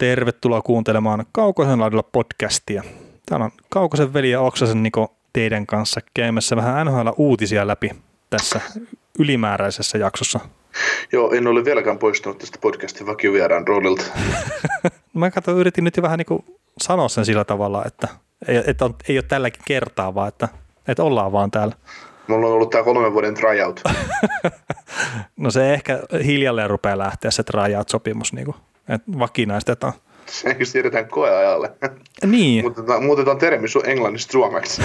Tervetuloa kuuntelemaan Kaukosen laidalla podcastia. Täällä on Kaukosen veli ja Oksasen Niko teidän kanssa käymässä vähän NHL-uutisia läpi tässä ylimääräisessä jaksossa. Joo, en ole vieläkään poistunut tästä podcastin vakiovieraan roolilta. Mä yritin nyt jo vähän niin kuin sanoa sen sillä tavalla, että ei ole tälläkin kertaa, vaan että ollaan vaan täällä. Mulla on ollut tää 3 vuoden tryout. No se ehkä hiljalleen rupeaa lähteä se tryout-sopimus, niin kuin, että vakinaistetaan. Sekin siirretään koeajalle. Niin. Muutetaan termi englannista suomeksi.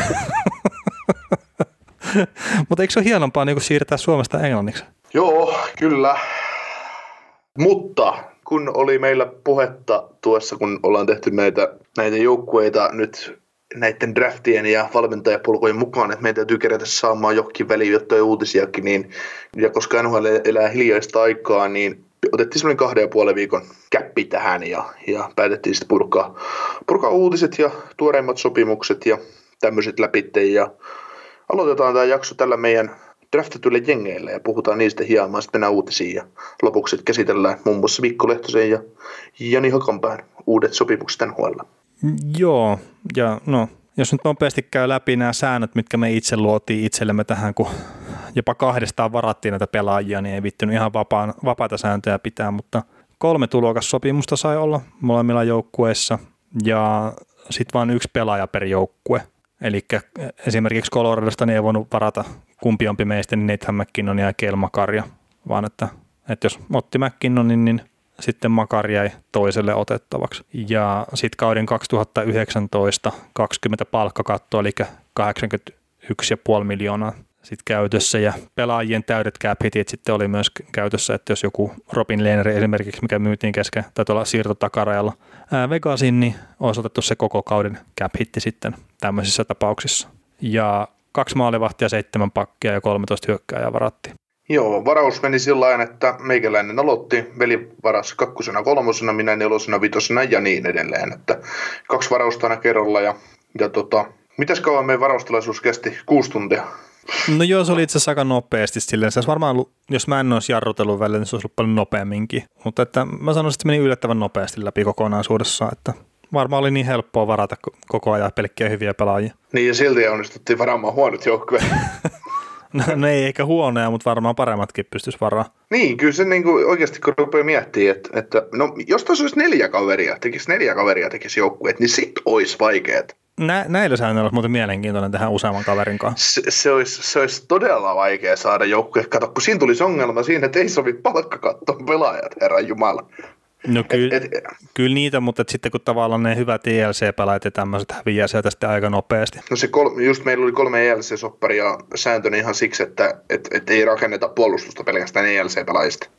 Mutta eikö se ole hienompaa niin kuin siirtää Suomesta englanniksi? Joo, kyllä. Mutta kun oli meillä puhetta tuossa, kun ollaan tehty näitä joukkueita nyt näiden draftien ja valmentajapolkujen mukaan, että meidän täytyy kerätä saamaan johonkin väliin jotain uutisiakin, niin, ja koska NHL elää hiljaista aikaa, niin otettiin semmoinen 2,5 viikon käppi tähän ja päätettiin sitten purkaa uutiset ja tuoreimmat sopimukset ja tämmöiset läpitte, ja aloitetaan tämä jakso tällä meidän draftatuille jengeillä ja puhutaan niistä hieman sitten mennään uutisiin ja lopuksi käsitellään muun muassa Mikko Lehtosen ja Jani Hakanpään uudet sopimukset NHL:llä. Joo, ja no, jos nyt nopeasti käy läpi nämä säännöt, mitkä me itse luotiin itsellemme tähän, kun jopa 2 varattiin näitä pelaajia, niin ei vittynyt ihan vapaita sääntöjä pitää, mutta 3 tulokassopimusta sai olla molemmilla joukkueissa ja sitten vain 1 pelaaja per joukkue. Eli esimerkiksi Coloradosta niin ei voinut varata kumpiompi meistä, niin Nathan McKinnon ja Cale Makar, vaan että jos otti McKinnonin, niin sitten Makar jäi toiselle otettavaksi. Ja sitten kauden 2019 20 palkkakatto, eli 81,5 miljoonaa sitten käytössä, ja pelaajien täydet cap hitit sitten oli myös käytössä, että jos joku Robin Lehner esimerkiksi, mikä myytiin kesken, tai tuolla siirtotakarajalla Vegasin, niin olisi otettu se koko kauden cap hitti sitten tämmöisissä tapauksissa. Ja 2 maalivahtia, 7 pakkia ja 13 hyökkääjää varattiin. Joo, varaus meni sillä tavalla, että meikäläinen aloitti, veli varasi 2., 3., minä 4., 5. ja niin edelleen. Että 2 varausta aina kerralla ja mitäs kauan meidän varaustilaisuus kesti? 6 tuntia. No joo, se oli itse asiassa aika nopeasti silleen. Se olisi varmaan ollut, jos mä en olisi jarrutellut välillä, niin se olisi ollut paljon nopeamminkin. Mutta että mä sanoisin, että se meni yllättävän nopeasti läpi kokonaisuudessaan, että varmaan oli niin helppoa varata koko ajan pelkkiä hyviä pelaajia. Niin ja silti onnistuttiin varaamaan huonot joukkueet. No ei ehkä huonoja, mutta varmaan paremmatkin pystyisi varaamaan. Niin, kyllä se niin kuin oikeasti kun rupeaa miettimään, että no, jos tässä olisi 4 kaveria tekisi joukkueet, niin sit olisi vaikeat. Näillä säännöillä olisi muuten mielenkiintoinen tehdä useamman kaverin kanssa. Se olisi todella vaikea saada joukkue. Kato, kun siinä tulisi ongelma siinä, että ei sovi palkkakattoon pelaajat, herran jumala. No kyllä niitä, mutta sitten kun tavallaan ne hyvät ELC-pelaajat ja tämmöiset häviää sieltä sitten aika nopeasti. No se just meillä oli 3 ELC-sopparia sääntönä ihan siksi, että ei rakenneta puolustusta pelkästään ELC-pelaajista.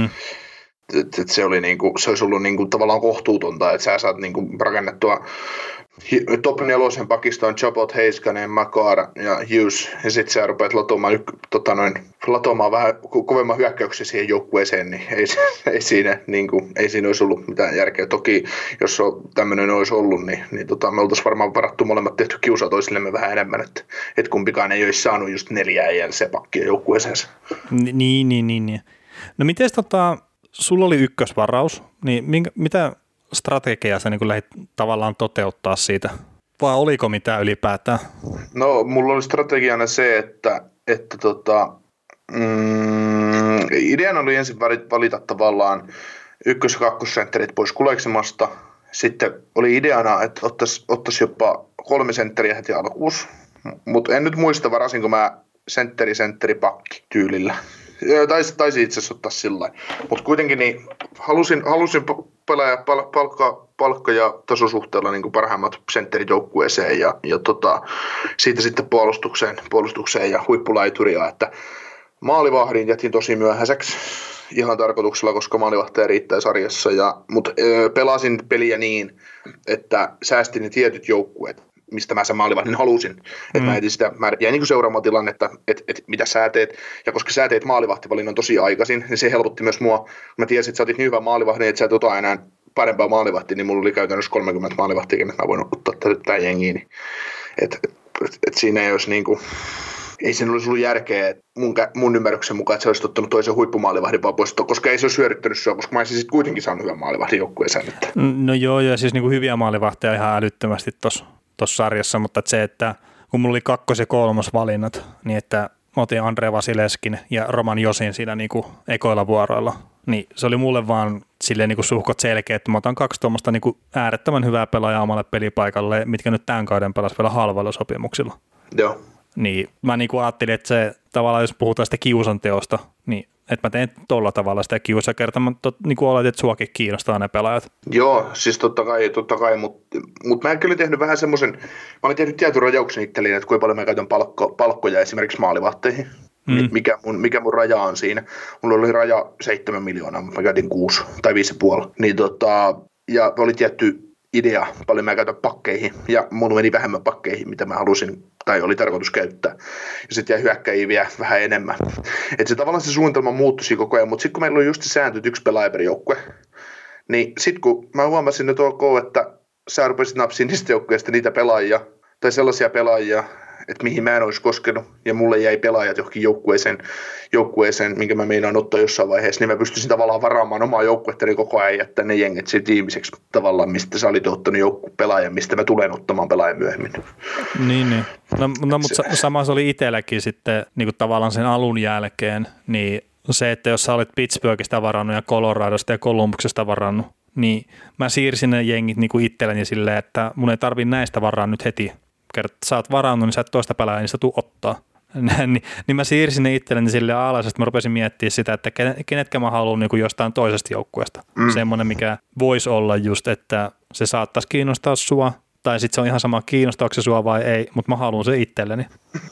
Se olisi ollut niinku tavallaan kohtuutonta, että sä saat niinku rakennettua top 4 pakiston Chabot, Heiskanen, Makar ja Hughes, ja sitten sä rupeat latomaan vähän kovemman hyökkäyksen siihen joukkueeseen, niin ei siinä olisi ollut mitään järkeä. Toki jos tämmöinen olisi ollut, niin me oltaisiin varmaan varattu molemmat tehty kiusaa toisillemme vähän enemmän, että kumpikaan ei olisi saanut just 4 ELC-pakkia joukkueeseensa. Niin. No miten sulla oli ykkösvaraus, niin mitä strategiaa sä niin lähdit tavallaan toteuttaa siitä, vai oliko mitään ylipäätään? No, mulla oli strategiana se, että ideana oli ensin valita tavallaan 1- ja 2-sentterit pois Kuleksimasta. Sitten oli ideana, että ottaisi jopa 3 sentteriä heti alkuus, mutta en nyt muista, varasinko mä sentteri pakki tyylillä. Taisi itse asiassa ottaa sillä. Mutta kuitenkin niin halusin pelaaja palkka- ja tasosuhteella niin kuin parhaimmat sentterit joukkueeseen ja siitä sitten puolustukseen ja huippulaituria. Että maalivahdin jätin tosi myöhäiseksi ihan tarkoituksella, koska maalivahtaja riittää sarjassa. Mutta pelasin peliä niin, että säästin ne tietyt joukkueet, mistä mä sen maalivahdin halusin. Että mä jäin niin seuraamaan tilannetta, että mitä sä teet. Ja koska sä teet maalivahtivalinnan tosi aikaisin, niin se helpotti myös mua. Mä tiesin, että sä otit niin hyvän maalivahdin, että sä et ota enää parempaa maalivahtia, niin mulla oli käytännössä 30 maalivahtia, että mä voin ottaa tätä jengiin. Että siinä ei olisi niinku ei sen olisi ollut järkeä, että mun ymmärryksen mukaan, että se olisi ottanut toisen huippumaalivahdin vaan poistoon, koska ei se olisi hyödyttänyt sua, koska mä olisin sitten kuitenkin saanut hyvän maalivahdin joukkueeseen. No joo, ja siis niin kuin hyviä maalivahteja ihan älyttömästi tuossa sarjassa, mutta se, että kun mulla oli 2. ja 3. valinnat, niin että mä otin Andre Vasileskin ja Roman Josin siinä niin kuin ekoilla vuoroilla, niin se oli mulle vaan silleen niin kuin suhkot selkeä, että mä otan 2 tuommoista niin kuin äärettömän hyvää pelaajaa omalle pelipaikalle, mitkä nyt tämän kauden pelasi vielä halvalla sopimuksilla. Joo. Niin mä niin kuin ajattelin, että se tavallaan, jos puhutaan sitä kiusanteosta, niin että mä teen tolla tavalla sitä kiusaa kertaa, mä niin kuin oletin, että suakin kiinnostaa ne pelaajat. Joo, siis totta kai mutta mä en kyllä tehnyt vähän semmoisen, mä olin tehnyt tietyn rajauksen itselleni, että kuinka paljon mä käytän palkkoja esimerkiksi maalivahteihin. Mikä mun raja on siinä. Mulla oli raja 7 miljoonaa, mä käytin 6 tai 5,5. Niin ja oli tietty idea, paljon mä käytän pakkeihin, ja mun meni vähemmän pakkeihin, mitä mä halusin, tai oli tarkoitus käyttää. Ja sitten jäi hyökkäjiä vielä vähän enemmän. Että se tavallaan se suunnitelma muuttuisi koko ajan, mutta sitten kun meillä oli just se sääntö, että 1 pelaaja per joukkue, niin sitten kun mä huomasin, että että sä rupesit napsiin niistä joukkueista niitä pelaajia, tai sellaisia pelaajia, että mihin mä en olisi koskenut, ja mulle jäi pelaajat johonkin joukkueeseen, minkä mä meinaan ottaa jossain vaiheessa, niin mä pystyisin tavallaan varaamaan omaa joukkuettani koko ajan jättää ne jengit siitä viimeiseksi tavallaan, mistä sä olit ottanut pelaajan, mistä mä tulen ottamaan pelaajan myöhemmin. Niin. No mutta sama se oli itselläkin sitten niin kuin tavallaan sen alun jälkeen, niin se, että jos sä olit Pittsburghista varannut ja Coloradosta ja Columbuksesta varannut, niin mä siirsin ne jengit niin kuin itselleni silleen, että mun ei tarvitse näistä varaa nyt heti. Kerta sä oot varannut, niin sä et toista pelaajaa, niin sä tuu ottaa. niin mä siirsin ne itselleni silleen alas, että mä rupesin miettimään sitä, että kenetkä mä haluan niin kuin jostain toisesta joukkueesta. Semmoinen, mikä voisi olla just, että se saattaisi kiinnostaa sua, tai sitten se on ihan sama, kiinnostaako se sua vai ei, mutta mä haluan se itselleni.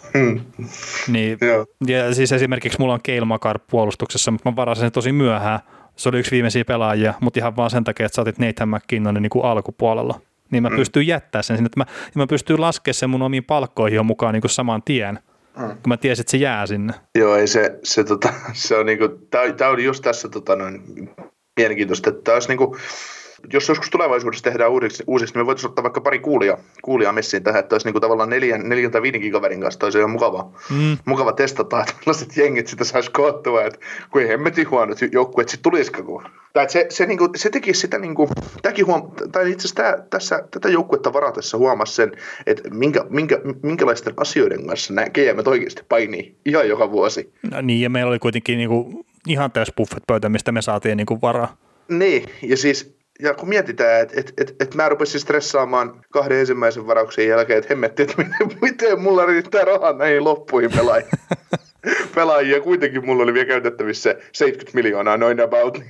Niin, ja siis esimerkiksi mulla on Cale Makar puolustuksessa, mutta mä varasin sen tosi myöhään. Se oli yksi viimeisiä pelaajia, mutta ihan vaan sen takia, että sä otit Nathan McKinnonin niin kuin alkupuolella. Niin mä pystyn jättämään sen sinne, että mä pystyn laskemaan sen mun omiin palkkoihin jo mukaan niin kuin saman tien, kun mä tiesin, että se jää sinne. Joo, ei se on niinku, tää oli just tässä mielenkiintoista, että tää olisi niinku, jos joskus tulevaisuudessa tehdään uusiksi, niin me voitaisiin ottaa vaikka pari kuulijaa messiin tähän, että olisi niinku tavallaan 4 tai 5 kaverin kanssa, olisi ihan mukava testata, että millaiset jengit sitä saisi koottua, että kun ei hemmetin huonot joukkueet sitten tulisikaan. Tai se tekisi sitä, niinku, tai itse asiassa tätä joukkuetta varatessa huomasi sen, että minkälaisten asioiden kanssa nämä GM:t oikeasti painii ihan joka vuosi. No niin, ja meillä oli kuitenkin niinku ihan täys buffet-pöytä, mistä me saatiin niinku varaa. Niin, ja kun mietitään, että mä rupesin stressaamaan 2 ensimmäisen varauksen jälkeen, että hemmetti, että miten mulla riittää rahaa näihin loppuihin pelaajia. Kuitenkin mulla oli vielä käytettävissä 70 miljoonaa noin about.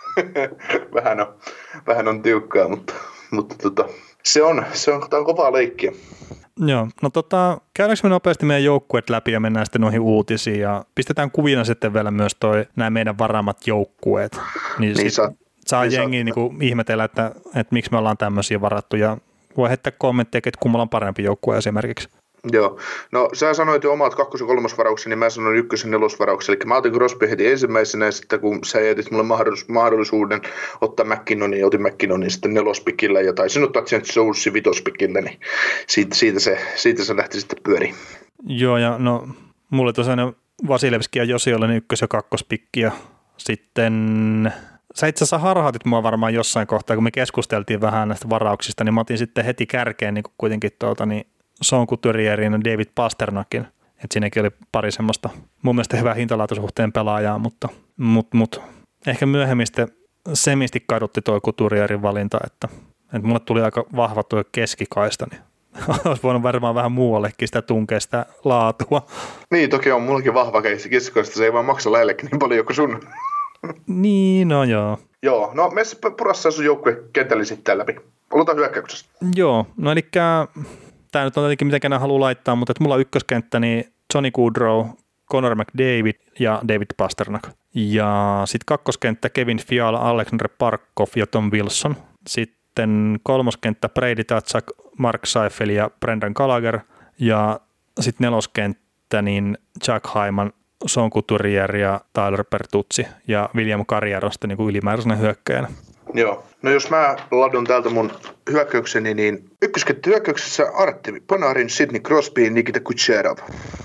Vähän on tiukkaa, mutta tää on kovaa leikkiä. Joo, no käydäänkö me nopeasti meidän joukkueet läpi ja mennään sitten noihin uutisiin ja pistetään kuvina sitten vielä myös nämä meidän varaamat joukkueet. Niin saa jengi niinku ihmetellä, että miksi me ollaan tämmöisiä varattu ja voi heittää kommentteja, että kummalla on parempi joukkue esimerkiksi. Joo, no sä sanoit jo omat 2. ja 3. varauksen, niin mä sanoin 1. ja 4. varauksen, eli mä otin Crosby heti ensimmäisenä, ja sitten kun sä jätit mulle mahdollisuuden ottaa McKinnonin, ja otin McKinnonin sitten 4. pikillä, ja taisin ottaa sen Jonesin 5. pikillä, niin siitä se lähti sitten pyöriin. Joo, ja no mulle tosiaan Vasilevski ja Josi oli 1. ja 2. pikki, ja sitten sä itse asiassa harhautit mua varmaan jossain kohtaa, kun me keskusteltiin vähän näistä varauksista, niin mä otin sitten heti kärkeen niin kuitenkin niin Sean Couturierin ja David Pasternakin. Että siinäkin oli pari semmoista mun mielestä hyvää hintalaatuisuhteen pelaajaa, mutta ehkä myöhemmin sitten semisti kadutti toi Couturierin valinta, että mulle tuli aika vahva tuo keskikaista, niin olisi voinut varmaan vähän muuallekin sitä tunkea sitä laatua. Niin, toki on mullakin vahva keskikaista, se ei vaan maksa lähellekin niin paljon kuin sun. Niin, no joo. Joo, no meissä purassa sun joukkue kentällä sitten läpi. Aloitetaan hyökkäyksestä. Joo, no elikkä tämä nyt on tietenkin mitenkään nämä haluaa laittaa, mutta mulla on ykköskenttä, niin Johnny Gaudreau, Connor McDavid ja David Pasternak. Ja sitten kakkoskenttä Kevin Fiala, Alexander Barkov ja Tom Wilson. Sitten kolmoskenttä Brady Tkachuk, Mark Scheifele ja Brendan Gallagher. Ja sitten neloskenttä niin Jack Hyman, Sean Couturier ja Tyler Bertuzzi ja William Carrier on sitten niin kuin ylimääräisenä hyökkäjänä. Joo. No jos mä ladun täältä mun hyökkäykseni, niin ykköskenttä hyökkäyksessä Arttemi Panarin, Sidney Crosby, Nikita Kucherov.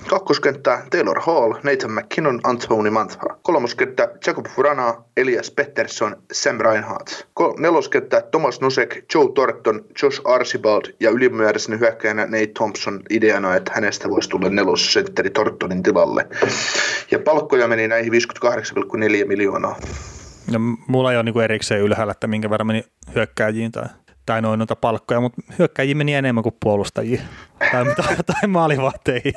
Kakkoskenttä Taylor Hall, Nathan McKinnon, Anthony Mantha. Kolmoskenttä Jacob Vrana, Elias Pettersson, Sam Reinhardt. Neloskenttä Thomas Nosek, Joe Thornton, Josh Archibald ja ylimääräisenä hyökkäjänä Nate Thompson ideana, että hänestä voisi tulla nelosentteri Thorntonin tilalle. Ja palkkoja meni näihin 58,4 miljoonaa. Ja mulla ei ole niinku erikseen ylhäällä, että minkä verran meni hyökkääjiin tai noita palkkoja, mutta hyökkääjiin meni enemmän kuin puolustajiin tai maalivahteihin.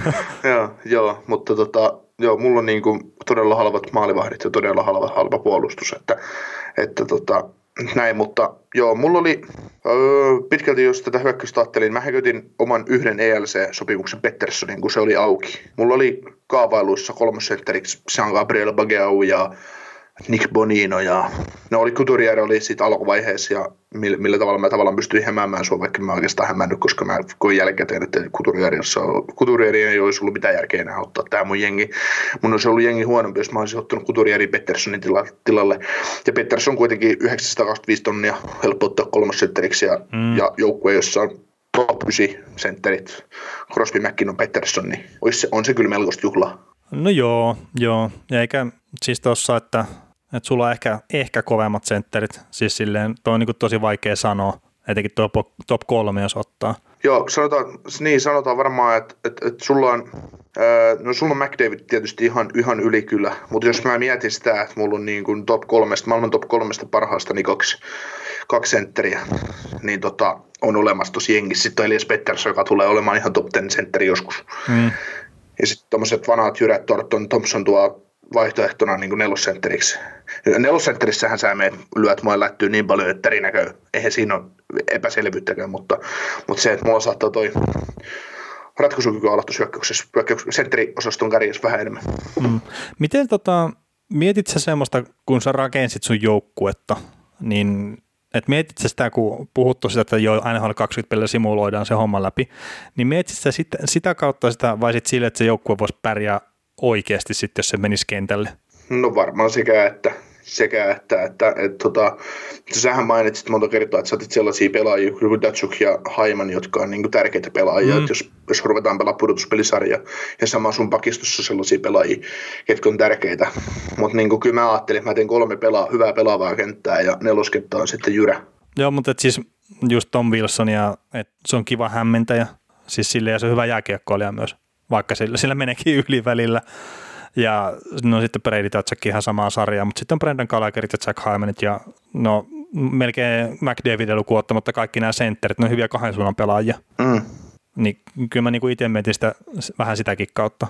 Joo, mutta mulla on niinku todella halvat maalivahdit ja todella halva puolustus, että näin, mutta joo, mulla oli pitkälti, jos tätä hyökkäystä ajattelin, mä käytin oman yhden ELC-sopimuksen Petterssonin, kun se oli auki. Mulla oli kaavailuissa kolmosentteriksi Jean-Gabriel Bageau ja Nick Bonino ja Couturier oli sitten alkuvaiheessa ja millä tavalla mä tavallaan pystyin hämäämään sua, vaikka mä oikeastaan hämännyt, koska mä koin jälkikäteen, että Couturieri ei olisi ollut mitään järkeä enää ottaa tää mun jengi. Mun olisi ollut jengi huonompi, jos mä olisin ottanut Couturierin Petterssonin tilalle. Ja Pettersson kuitenkin 925 tonnia helppo ottaa kolmosentteriksi ja joukkue, jossa on top 9 sentterit, Crosby, McKinnon, Pettersson, niin on se kyllä melkoista juhlaa. No joo. Ja eikä siis tossa, että sulla on ehkä kovemmat sentterit, siis silleen, toi on niin kuin tosi vaikea sanoa, etenkin tuo top 3, jos ottaa. Joo, sanotaan varmaan, että sulla on McDavid tietysti ihan yli kyllä, mutta jos mä mietin sitä, että mulla on niin kuin maailman top 3 parhaasta niin kaksi sentteriä, niin on olemassa tosi jengissä. Sitten on Elias Pettersson, joka tulee olemaan ihan top 10 sentteri joskus. Ja sitten tommoset vanhat jyrät Thornton Thompson tuo vaihtoehtona niin kuin nelosentteriksi. Nelosentterissähän sä lyöt mua lättyy niin paljon, että erinäkö, eihän siinä ole epäselvyyttäkään, mutta se, että mulla saattaa toi ratkaisukyky olla tuossa sentteri-osaston kärjessä vähän enemmän. Miten mietit sä semmoista, kun sä rakensit sun joukkuetta, niin että mietit sä sitä, kun puhuttu sitä, että jo aina 20 peliä simuloidaan se homma läpi, niin mietit sä sitä kautta sitä vai sitten sille, että se joukkue voisi pärjää oikeasti sitten, jos se menisi kentälle? No varmaan sekä että sähän mainitsit monta kertaa, että sä otit sellaisia pelaajia kuin Datsuk ja Haiman, jotka on niin kuin tärkeitä pelaajia, että jos ruvetaan pelaamaan pudotuspelisarja ja sama sun pakistossa sellaisia pelaajia, jotka on tärkeitä, mutta niin kyllä mä ajattelin, että mä teen 3 hyvää pelaavaa kenttää ja neloskenttä on sitten jyrä. Joo, mutta siis just Tom Wilson ja se on kiva hämmentäjä, siis sille ja se on hyvä jääkiekkoilija myös, vaikka sillä meneekin yli välillä. Ja no sitten Brady Tkachuk ihan samaa sarjaa, mutta sitten on Brendan Gallagherit ja Jack Hymanit ja no melkein McDavid lukuun ottamatta kaikki nämä sentterit, ne on hyviä 2 suunnan pelaajia. Niin kyllä mä niinku itse mietin sitä vähän sitäkin kautta.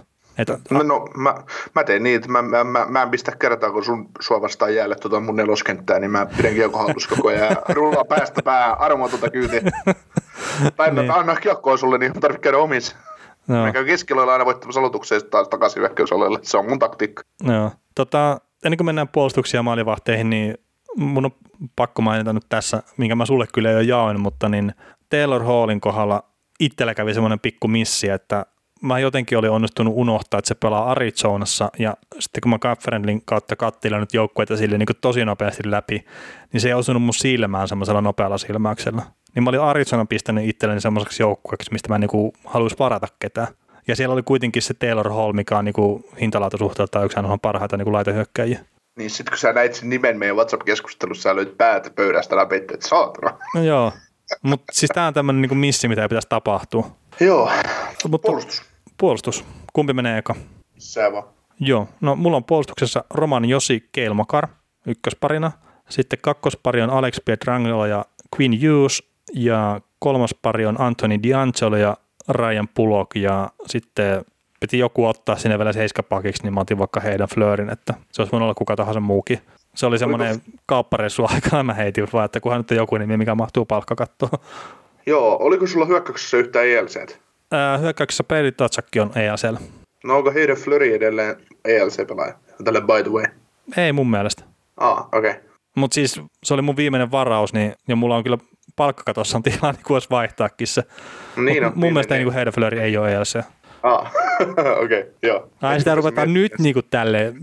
Mä teen niin, että mä en pistä kertaa, kun sua vastaan jäälle mun neloskenttää, niin mä pidän kiekko hallussa koko ajan ja rullaa päästä päähän armotonta kyytiä. Tai mä annan kiekkoa sulle, niin mä tarvitse käydä omissa. No. Mä käyn keskellä aina voittamassa aloitukseen ja taas takaisin hyökkäysalueelle. Se on mun taktiikka. Joo. Ennen kuin mennään puolustuksia ja maalivahteihin, niin mun on pakko mainita nyt tässä, minkä mä sulle kyllä jo jaoin, mutta niin Taylor Hallin kohdalla itsellä kävi semmoinen pikku missi, että mä jotenkin olin onnistunut unohtaa, että se pelaa Arizonassa, ja sitten kun mä Cap-Friendlyn kautta kattilin nyt joukkueita sille niin tosi nopeasti läpi, niin se ei osunut mun silmään semmoisella nopealla silmäyksellä. Niin mä olin Arizonan pistänyt itselleni semmoiseksi joukkueeksi, mistä mä niinku haluaisin varata ketään. Ja siellä oli kuitenkin se Taylor Hall, mikä on niinku hintalaatusuhteeltaan yksi aina parhaita niinku laitahyökkäjiä. Niin sit kun sä näit sen nimen meidän WhatsApp-keskustelussa, sä löit päätä pöydästä läpi, että saatana. No joo, mutta siis tää on tämmönen niinku missi, mitä ei pitäisi tapahtua. Joo, mutta puolustus. Kumpi menee eka? Sä vaan. Joo, no mulla on puolustuksessa Roman Josi Keilmakar ykkösparina. Sitten kakkospari on Alex Pietrangelo ja Quinn Hughes. Ja kolmas pari on Anthony DiAngelo ja Ryan Pullock. Ja sitten piti joku ottaa sinne vielä seiskapakiksi, niin mä otin vaikka heidän Fleurin, että se olisi voinut olla kuka tahansa muukin. Se oli semmoinen kauppareissu aikana, mä heitin vaan, että kunhan nyt on joku nimi, mikä mahtuu palkkakattoon. Joo, oliko sulla hyökkäyksessä yhtään ELC:tä? Hyökkäyksessä Brady Tkachuk on ELC:llä. No onko heidän Fleury edelleen ELC-pelaaja? Tälle by the way. Ei mun mielestä. Okei. Okay. Mutta siis se oli mun viimeinen varaus, niin, ja mulla on kyllä palkkakatossa on tilaa, niin voisi vaihtaakin se. Niin on, mun mielestä niin heidän Fleury ei ole ELC. Okei, joo. Ai sitä ruvetaan nyt niinku tälleen.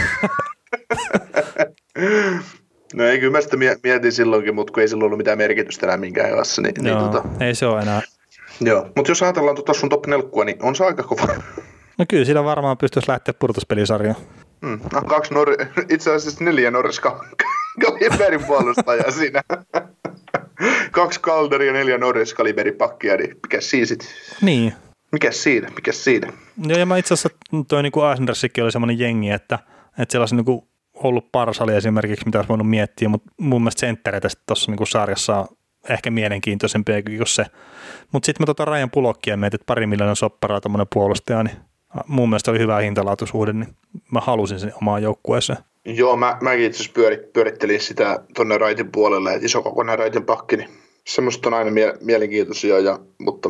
No ei, kyllä mä sitä mietin silloinkin, mutta kun ei silloin ollut mitään merkitystä enää minkään elässä. Ei se ole enää. Joo, mutta jos ajatellaan sun top 4, niin on se aika kova. No kyllä siinä varmaan pystyisi lähteä pudotuspelisarjaan. No, itse asiassa 4 Norris kaliberin puolustajaa siinä. 2 Calder ja 4 Norris kaliberipakkia, niin mikäs siinä sitten? Niin. Mikäs siinä? Joo, ja mä itse asiassa toi niinku Asnersikin oli semmoinen jengi, että siellä olisi niinku ollut Parsali esimerkiksi, mitä olisi voinut miettiä, mutta mun mielestä senttereitä tuossa niinku sarjassa on ehkä mielenkiintoisempia kuin se. Mutta sitten mä Ryan Pulockia mietin, että 2 miljoonan sopparaa tommoinen puolustaja, niin mun mielestä oli hyvä hintalaatuisuhde, niin mä halusin sen omaan joukkueeseen. Joo, mäkin itse asiassa pyörittelin sitä tuonne raitin puolelle, että isokokoinen raitin pakki, niin semmoista on aina mielenkiintoisia, mutta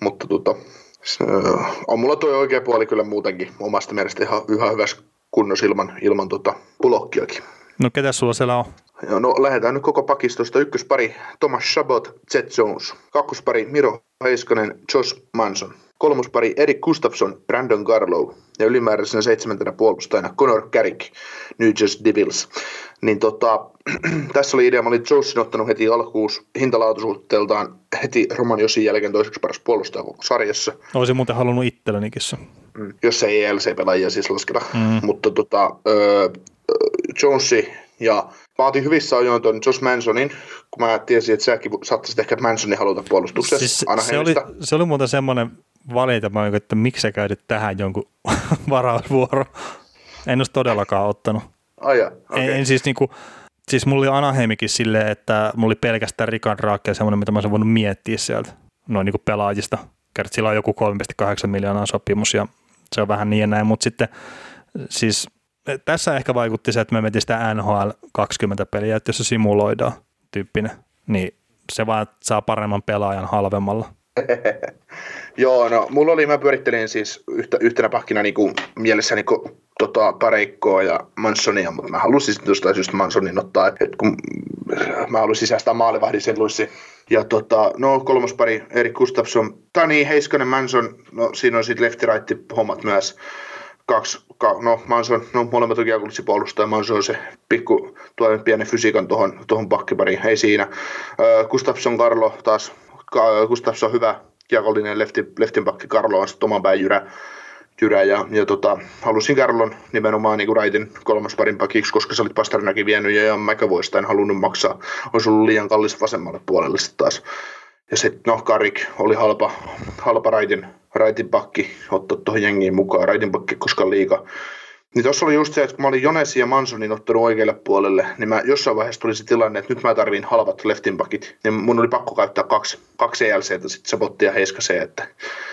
on mulla tuo oikea puoli kyllä muutenkin omasta mielestä ihan hyvässä kunnossa ilman Pulockiakin. No ketäs sulla siellä on? Joo, no lähdetään nyt koko pakistosta. Ykköspari Thomas Chabot, Zed Jones. Kakkospari Miro Heiskanen, Josh Manson. Kolmospari Erik Gustafsson, Brandon Garlow. Ja ylimääräisenä 7. puolustajana Conor Carrick, New Jersey Devils. Niin tässä oli idea, mä olin Jonesin ottanut heti alkuun hintalaatuisuudeltaan heti Roman Josin jälkeen toiseksi paras puolustaja koko sarjassa. Olisin muuten halunnut itsellenikin se. Jos ei ELC-pelaajia siis lasketa. Mutta Jonesi ja mä otin hyvissä ajoin tuon Josh Mansonin, kun mä tiesin, että säkin saattaisit ehkä Mansonin haluta puolustuksessa. Siis se oli muuten semmoinen valinta, että miksi sä käytit tähän jonkun varausvuoro. En olisi todellakaan ottanut. Okay. En siis mulla oli Anaheimikin silleen, että mulla oli pelkästään Rickard Raak ja semmoinen, mitä mä olisin voinut miettiä sieltä noin niin pelaajista. Kerrot, sillä on joku 3,8 miljoonaa sopimus ja se on vähän niin ja näin, mutta sitten siis tässä ehkä vaikutti se, että me metin sitä NHL 20 peliä, että jos se simuloidaan tyyppinen, niin se vaan saa paremman pelaajan halvemmalla. Joo, no mä pyörittelin siis yhtenä pakkina niinku mielessäni Pareikkoa ja Mansonia, mutta mä halusin jostain syystä Mansonin ottaa, että kun mä halusin sisäistää maalivahdin sen luissi. Ja kolmospari Erik Gustafsson, Tani, Heiskanen, Manson, no siinä on sitten lefti-right hommat myös. Manson, molemmat on kiekollissipuolustaja, Manson on se pikku tuo pienen fysiikan tuohon pakkipariin, ei siinä. Gustafsson, Karlo taas, Gustafsson hyvä kiekollinen leftin pakki, Karlo on sitten oman päin jyrä ja halusin Karlon nimenomaan niin kuin raitin kolmosparin pakiksi, koska sä olit Pasternäkin vienyt ja McAvoysta en halunnut maksaa, olisi ollut liian kallis vasemmalle puolelle sitten taas. Ja sitten Carrick oli halpa raitin pakki ottaa tuohon jengiin mukaan, raitin pakki koska liikaa. Niin tuossa oli just se, että kun mä olin Jonesin ja Mansonin ottanut oikealle puolelle, niin mä jossain vaiheessa tuli se tilanne, että nyt mä tarviin halvat leftin pakit. Niin mun oli pakko käyttää kaksi ELCtä, sitten Chabottia ja Heiskaseen, että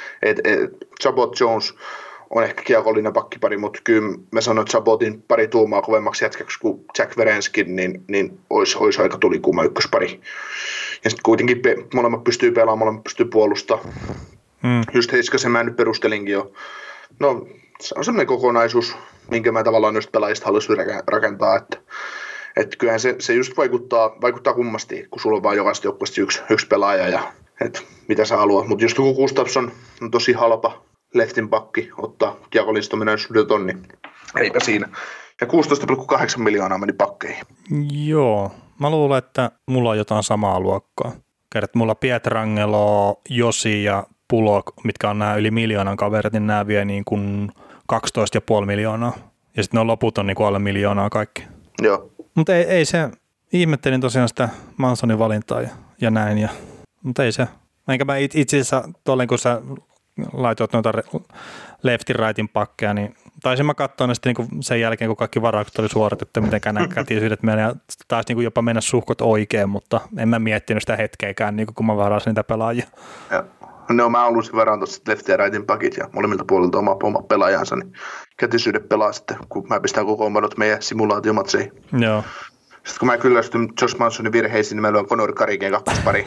Chabot Jones on ehkä kiekollinen pakkipari, mutta kyllä mä sanoin, että Chabotin pari tuumaa kovemmaksi jätkäksi kuin Jack Verenskin, niin olisi aika tulikuuma ykköspari. Ja sitten kuitenkin molemmat pystyy pelaamaan, molemmat pystyy puolustamaan. Just Heiskasen mä nyt perustelinkin jo. No, se on semmoinen kokonaisuus, minkä mä tavallaan noista pelaajista haluaisin rakentaa, että kyllähän se just vaikuttaa kummasti, kun sulla on vaan jokaisesta joukkueesta yksi pelaaja ja että mitä sä haluat. Mutta just kun Gustafsson on tosi halpa leftin pakki ottaa kiekollista mennä sydöton, niin eipä siinä. Ja 16,8 miljoonaa meni pakkeihin. Joo, mä luulen, että mulla on jotain samaa luokkaa. Kerrot, mulla Pietrangelo, Josi ja Pulock, mitkä on nämä yli miljoonan kaverit, niin nämä vie niin kuin 12,5 miljoonaa. Ja sitten ne loput on niin kuin alle miljoonaa kaikki. Joo. Mutta ei se, ihmettelin tosiaan sitä Mansonin valintaa ja näin. Mutta ei se. Enkä mä itse asiassa tolleen, kun sä laitoit noita leftin rightin pakkeja, niin taisin mä katsoa ne sitten niin sen jälkeen, kun kaikki varaukset oli suoritettu, miten nämä kätisyydet menee, ja taisi niin jopa mennä suhkot oikein, mutta en mä miettinyt sitä hetkeäkään, niin kun mä varasin niitä pelaajia. No mä halusin varata sitten leftin ja rightin pakit ja molemmilta puolilta oma pelaajansa, niin kätisyydet pelaa sitten, kun mä pistän kokoonpanot meidän simulaatiomatseihin. Joo. Sitten kun mä kyllästyn Josh Mansonin virheisiin, niin mä lyön Conor Carrickin kakkospariin.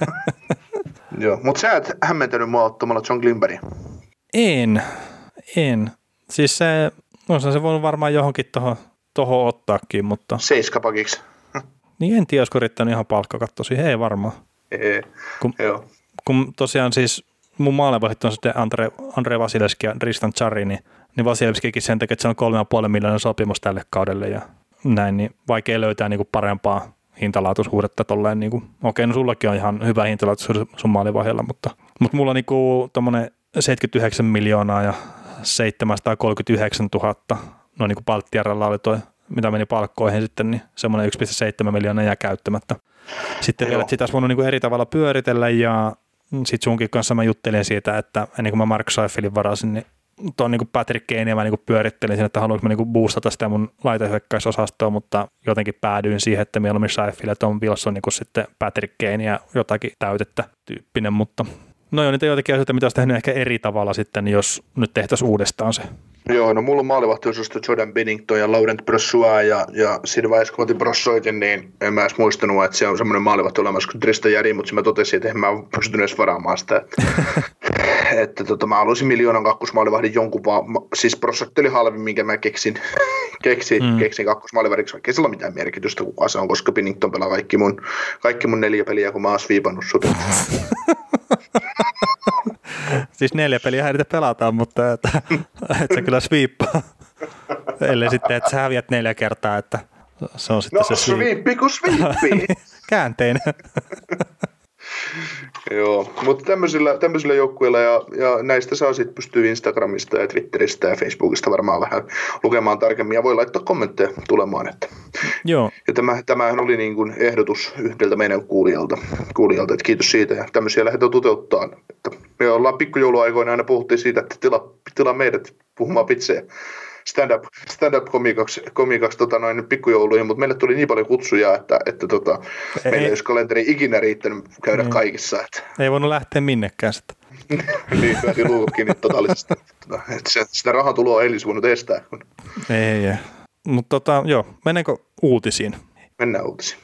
Joo, mutta sä et hämmentänyt mua ottamalla John Glimberin. En. Siis se voinut varmaan johonkin tohon ottaakin, mutta... Seiskapakiksi. Niin en tiedä, olisiko riittänyt ihan palkkakatto siihen, ei varmaan. Joo. Kun tosiaan siis mun maalevahit on sitten Andrei Vasilevski ja Tristan Jarry, niin Vasilevskikin sen takia, että se on 3,5 miljoonan sopimus tälle kaudelle ja näin, niin vaikea löytää niinku parempaa hintalaatuisuudetta tolleen. Niinku. Okei, no sullakin on ihan hyvä hintalaatuisuus sun maalivahjalla, mutta mulla on niinku tommonen 79 miljoonaa ja 739 000, no niin kuin Baltiaralla oli toi, mitä meni palkkoihin sitten, niin semmoinen 1,7 miljoonaa jää käyttämättä. Sitten vielä, että sitä olisi voinut niin kuin eri tavalla pyöritellä ja sitten sunkin kanssa mä juttelin siitä, että ennen kuin mä Mark Seifelin varasin, niin tuon niin Patrick Kanea mä niin pyörittelin siinä, että haluanko mä niin boostata sitä mun laitehyökkäysosastoa, mutta jotenkin päädyin siihen, että mieluummin Seifel ja Tom Wilson niin kuin sitten Patrick Kane ja jotakin täytettä tyyppinen, mutta no joo, niitä joitakin asioita, mitä olisi tehnyt ehkä eri tavalla sitten, jos nyt tehtäisiin uudestaan se. Joo, no mulla on maalivahtiosusta Jordan Bennington ja Laurent Brossois ja siinä vaiheessa, kun otin Brossoitin, niin en mä edes muistanut, että se on semmoinen maalivahti olemassa kuin Tristan Jari, mutta mä totesin, että en mä pystynyt edes varaamaan sitä. Että mä haluaisin 1 miljoonan kakkosmaalivahdin jonkun vaan, siis Brossoit oli halvin, minkä mä keksin kakkosmaalivahdiksi, vaikka ei sillä ole mitään merkitystä, kuka se on, koska Bennington pelaa kaikki mun 4 peliä, kun mä oon sviipannut sut. Siis 4 peliä niitä pelataan, mutta et sä kyllä sviippaa. Ellei sitten, että sä häviät 4 kertaa, että se on sitten no, se sviippi kuin sviippi. Käänteinen. Joo, mutta tämmöisillä joukkueilla ja näistä saa sitten pystyy Instagramista ja Twitteristä ja Facebookista varmaan vähän lukemaan tarkemmin ja voi laittaa kommentteja tulemaan. Että. Joo. Ja tämähän oli niin kuin ehdotus yhdeltä meidän kuulijalta, että kiitos siitä ja tämmöisiä lähdetään toteuttaa. Että me ollaan pikkujouluaikoina aina puhuttiin siitä, että tilaa meidät puhumaan vitsejä stand-up-komikaksi pikkujouluihin, mutta meille tuli niin paljon kutsuja, että meillä ei olisi kalenteri ikinä riittänyt käydä kaikissa. Että. Ei voinut lähteä minnekään sitä. Niin, pääsi luukut kiinni totaalisesti. Sitä rahatuloa ei olisi voinut estää. Ei. Mutta joo, mennäänkö uutisiin? Mennään uutisiin.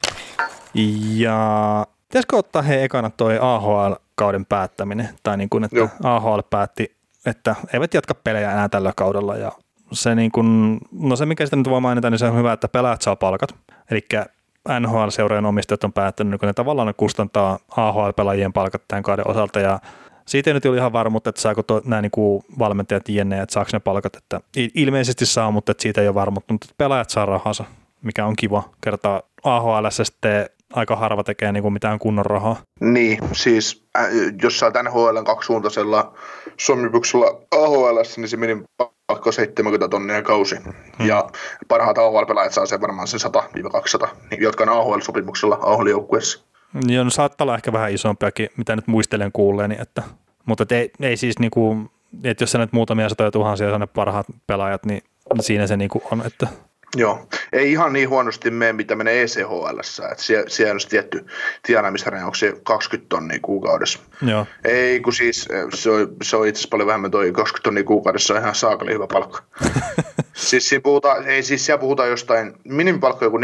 Ja pitäisikö ottaa ekana toi AHL-kauden päättäminen? Tai niin kuin, että joo. AHL päätti, että eivät jatka pelejä enää tällä kaudella ja se niin kuin, no se mikä sitä nyt voi mainita, niin se on hyvä, että pelaajat saa palkat. Eli NHL-seurojen omistajat on päättänyt, kun ne tavallaan kustantaa AHL-pelaajien palkat tämän kauden osalta ja siitä ei nyt ole ihan varmuutta, että saako nämä niin kuin valmentajat jne, että saako ne palkat, että ilmeisesti saa, mutta että siitä ei ole varmuutta, mutta pelaajat saa rahansa, mikä on kiva. Kertaa AHL:ssä sitten aika harva tekee niin kuin mitään kunnon rahaa. Niin, siis jos sä oot NHL:n kaksisuuntaisella sopimuksella AHL:ssä, niin se minimipalkka on 70 tonnia kausi. Ja parhaat AHL-pelaajat saa sen varmaan sen 100-200, jotka on AHL-sopimuksella AHL-joukkueessa. Joo, no saattaa olla ehkä vähän isompiakin, mitä nyt muistelen kuulleeni, mutta ei siis niinku, että jos sä nyt muutamia satoja tuhansia saa ne parhaat pelaajat, niin siinä se niinku on, että. Joo, ei ihan niin huonosti mene, mitä menee ECHL:ssä, että siellä on tietty tienaamisraja, onko se 20 tonnia kuukaudessa. Joo. Ei, kun siis se on itse asiassa paljon vähemmän, toi 20 tonnia kuukaudessa on ihan saakeli hyvä palkka. siis siellä puhutaan jostain, minimipalkka joku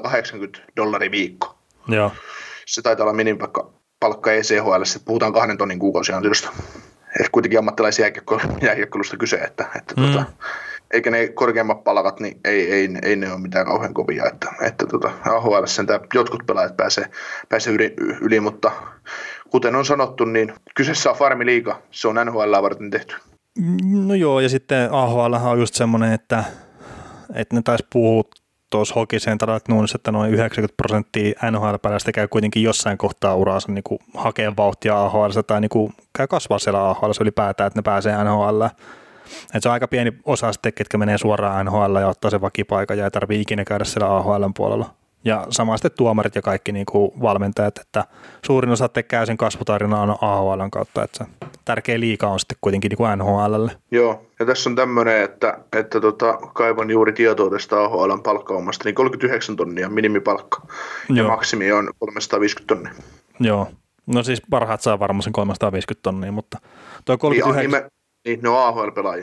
$480 viikko. Joo. Se taitaa olla minimipalkka ECHL:ssä, että puhutaan 2 tonnin kuukausiansiosta. Että kuitenkin ammattilaisjääkiekkoilusta kyse, että eikä ne korkeammat palkat, niin ei ne ole mitään kauhean kovia, että AHL:ssä jotkut pelaajat pääsee yli, mutta kuten on sanottu, niin kyseessä on farmiliiga, se on NHL:ää varten tehty. No joo, ja sitten AHL on just semmoinen, että ne taisi puhua tuossa Hokisen Nuunissa, että noin 90% NHL-pelaajista käy kuitenkin jossain kohtaa uraansa niin hakee vauhtia AHL:ssä tai niin käy kasvaa siellä AHL:ssä ylipäätään, että ne pääsee NHL:ään. Että se on aika pieni osa sitten, ketkä menee suoraan NHL ja ottaa sen vakipaikan ja ei tarvitse ikinä käydä siellä AHL:n puolella. Ja sama sitten tuomarit ja kaikki niin kuin valmentajat, että suurin osa tekee sen kasvutarinan AHL:n kautta, että se tärkeä liiga on sitten kuitenkin niin kuin NHL:lle. Joo, ja tässä on tämmöinen, että kaivan juuri tietoa tästä AHL:n palkkaumasta, niin 39 tonnia minimipalkka ja maksimi on 350 tonnia. Joo, no siis parhaat saa varmaan sen 350 tonnia, mutta tuo 39... Niin, ne on AHL-pelaajia.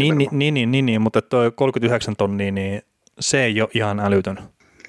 Niin, mutta tuo 39 tonnia, niin se ei ole ihan älytön.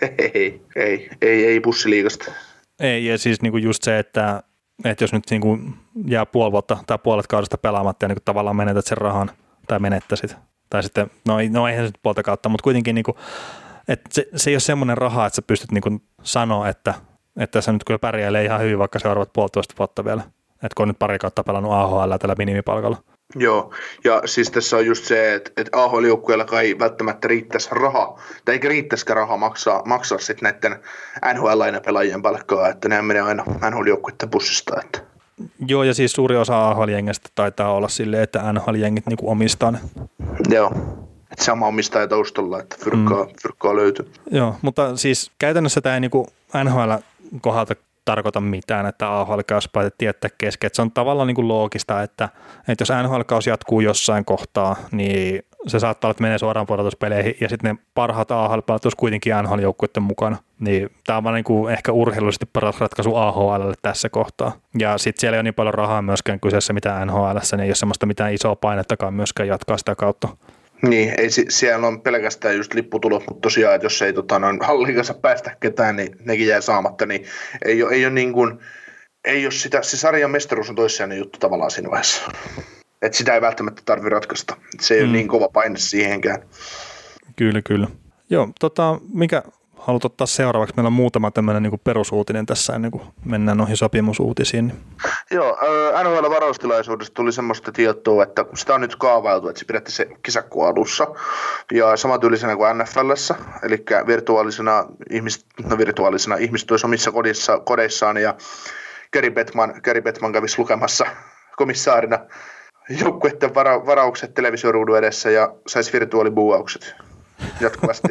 Ei bussiliigasta. Ei, ja siis niinku just se, että jos nyt niinku jää puoli vuotta tai puolet kaudesta pelaamatta ja niinku tavallaan menetät sen rahan tai menettäisit. Tai sitten, no eihän se nyt puolta kautta, mutta kuitenkin niinku, että se ei ole semmoinen raha, että sä pystyt niinku sanoa, että sä nyt kyllä pärjäilee ihan hyvin, vaikka seuraavat 1,5 vuotta vielä. Että kun on nyt pari kautta pelannut AHL tällä minimipalkalla. Joo, ja siis tässä on just se, että AHL-joukkueella ei välttämättä riittäisi rahaa, tai eikä riittäisikään rahaa maksaa sitten näiden NHL-lainapelaajien palkkaa, että ne menee aina NHL-joukkueiden bussista. Että. Joo, ja siis suuri osa AHL-jengistä taitaa olla silleen, että NHL-jengit niin kuin omistaa ne. Joo, että sama omistaja taustalla, että fyrkkaa löytyy. Joo, mutta siis käytännössä tämä ei niin kuin NHL-kohdalta tarkoita mitään, että AHL-kaus päätettiin jättää kesken. Että se on tavallaan niin kuin loogista, että jos NHL-kaus jatkuu jossain kohtaa, niin se saattaa olla, että menee suoraan pudotuspeleihin ja sitten ne parhaat AHL-pelat olisi kuitenkin NHL-joukkuiden mukana. Niin tämä on vaan niin kuin ehkä urheilullisesti paras ratkaisu AHL:lle tässä kohtaa. Ja sitten siellä ei ole niin paljon rahaa myöskään kyseessä mitä NHL:ssä, niin ei ole semmoista mitään isoa painettakaan myöskään jatkaa sitä kautta. Niin, ei, siellä on pelkästään just lipputulot, mutta tosiaan, että jos ei hallin kanssa päästä ketään, niin nekin jää saamatta, niin ei ole niin kuin, ei ole sitä, se sarjan mestaruus on toissijainen juttu tavallaan siinä vaiheessa. Että sitä ei välttämättä tarvitse ratkaista. Se ei ole niin kova paine siihenkään. Kyllä. Joo, mikä haluat ottaa seuraavaksi? Meillä on muutama tämmöinen niin kuin perusuutinen tässä ennen kuin mennään noihin sopimusuutisiin. Joo, NHL-varaustilaisuudesta tuli semmoista tietoa, että sitä on nyt kaavailtu, että se pidettiin se kesäkuun alussa. Ja samatyylisenä kuin NFL:ssä, eli virtuaalisena ihmiset olisi omissa kodeissaan ja Gary Bettman kävisi lukemassa komissaarina joukkueiden varaukset televisioruudun edessä ja saisi virtuaalibuuaukset jatkuvasti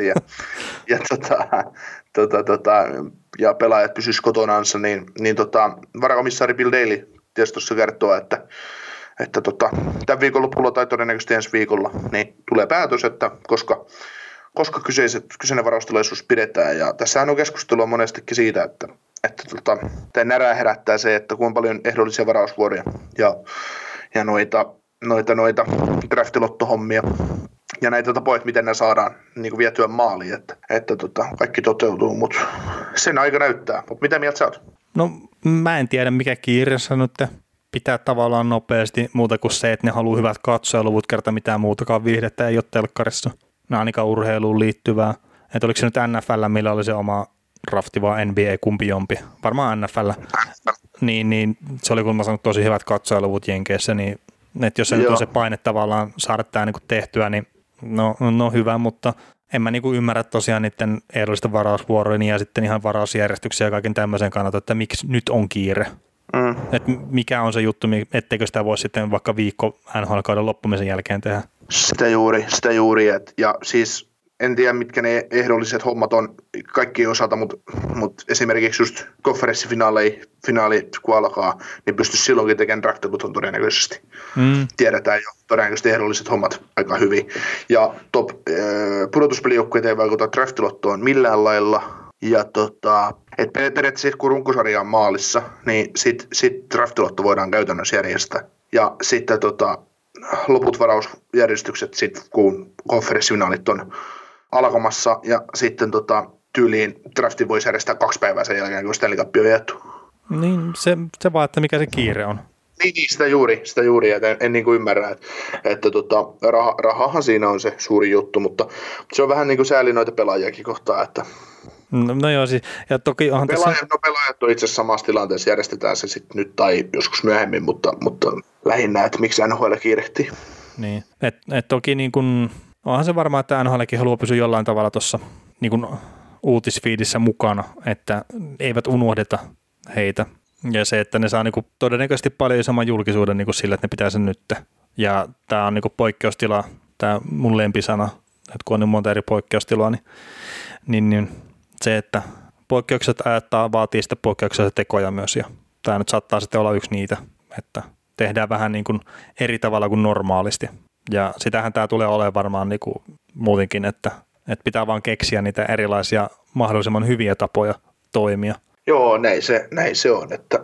ja pelaajat pysyisivät kotonaansa, niin varakomissaari Bill Daly tiedostossa kertoo, että tämän viikonlopulla tai todennäköisesti ensi viikolla niin tulee päätös, että koska kyseinen varaustilaisuus pidetään. Ja tässähän on keskustelua monestikin siitä, että tämä närää herättää se, että kuinka paljon ehdollisia varausvuoroja ja noita draftilottohommia ja näitä tapoja, miten ne saadaan niin kuin vietyä maaliin, että kaikki toteutuu, mutta sen aika näyttää. Mutta mitä mieltä sä oot? No mä en tiedä mikä kiireessä nyt pitää tavallaan nopeasti muuta kuin se, että ne haluaa hyvät katsojaluvut, kerta mitään muutakaan viihdettä ei ole telkkarissa. Nämä ainakaan urheiluun liittyvää. Että oliko se nyt NFL, millä oli se oma drafti vai NBA, kumpi jompi? Varmaan NFL. Niin se oli kun mä sanonut tosi hyvät katsojaluvut Jenkeissä, niin että jos se nyt on se paine tavallaan saada tämä niinku tehtyä, niin no hyvä, mutta en mä niinku ymmärrä tosiaan niiden ehdollisten varausvuorojen ja sitten ihan varausjärjestyksiä ja kaiken tämmöisen kannalta, että miksi nyt on kiire. Että mikä on se juttu, etteikö sitä voi sitten vaikka viikko NHL-kauden loppumisen jälkeen tehdä? Sitä juuri. Ja siis en tiedä, mitkä ne ehdolliset hommat on kaikkien osalta, mutta esimerkiksi just konferenssifinaali kun alkaa, niin pystyisi silloinkin tekemään draftiluton todennäköisesti. Tiedetään jo todennäköisesti ehdolliset hommat aika hyvin. Ja pudotuspelijoukkueet ei vaikuta draftilottoon millään lailla. Ja et periaatteessa kun runkosarja on maalissa, niin sit draftilotto voidaan käytännössä järjestää. Ja sitten loput varausjärjestykset sit kun konferenssifinaalit on alkamassa ja sitten tyyliin drafti voisi järjestää 2 päivää sen jälkeen, kun Stanley Cup on jaettu. Niin, se vaan, että mikä se kiire on. Niin, sitä juuri, että en niin kuin ymmärrä, että rahahan siinä on se suuri juttu, mutta se on vähän niin kuin sääli noita pelaajiakin kohtaa, että No joo, siis, ja toki onhan pelaajat on itse asiassa samassa tilanteessa, järjestetään se sitten nyt tai joskus myöhemmin, mutta lähinnä, että miksi NHL kiirehtii. Niin, että toki niin kun, onhan se varmaan, että NHLkin haluaa pysyä jollain tavalla tuossa niin kun uutisfiidissä mukana, että eivät unohdeta heitä. Ja se, että ne saa niin kun todennäköisesti paljon isomman julkisuuden niin kun sillä, että ne pitää sen nyt. Ja tämä on niin kun poikkeustila, tämä mun lempisana, että kun on niin monta eri poikkeustilaa, niin se, että poikkeukset vaatii sitten poikkeuksellisia tekoja myös, ja tämä nyt saattaa sitten olla yksi niitä, että tehdään vähän niin kuin eri tavalla kuin normaalisti, ja sitähän tämä tulee olemaan varmaan niin kuin muutenkin, että pitää vaan keksiä niitä erilaisia mahdollisimman hyviä tapoja toimia. Joo, näin se on, että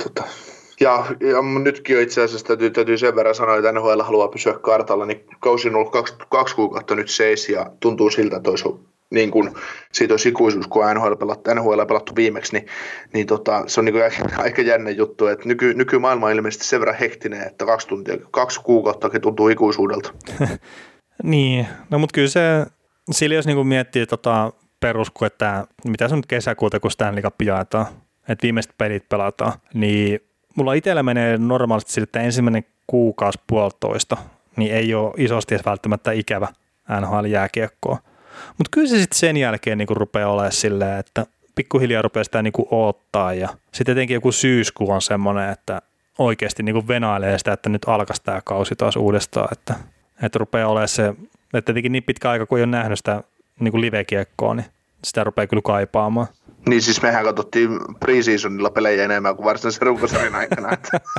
ja nytkin itse asiassa täytyy sen verran sanoa, että NHL haluaa pysyä kartalla, niin kausi on ollut 2 kuukautta nyt seis, ja tuntuu siltä, että niin kuin siitä olisi ikuisuus, kun NHL pelattu viimeksi, niin se on niin kuin aika jännä juttu, että nykymaailma on ilmeisesti sen verran hektinen, että 2 kuukauttakin tuntuu ikuisuudelta. Niin, no mutta kyllä se, sillä jos niin kuin miettii perusku, että mitä se on nyt kesäkuuta, kun Stanley Cup jaetaan, että viimeiset pelit pelataan, niin mulla itsellä menee normaalisti sille, että ensimmäinen kuukausi 1,5, niin ei ole isosti edes välttämättä ikävä NHL-jääkiekkoa. Mutta kyllä se sitten sen jälkeen niinku rupeaa olemaan silleen, että pikkuhiljaa rupeaa sitä niinku odottaa ja sitten etenkin joku syyskuu on semmoinen, että oikeasti niin kuin venailee sitä, että nyt alkaisi tämä kausi taas uudestaan, että rupeaa olemaan se, että tietenkin niin pitkä aika, kun ei ole nähnyt sitä niin kuin live-kiekkoa, niin sitä rupeaa kyllä kaipaamaan. Niin siis mehän katsottiin pre-seasonilla pelejä enemmän kuin varsinaisen runkosarjan aikana.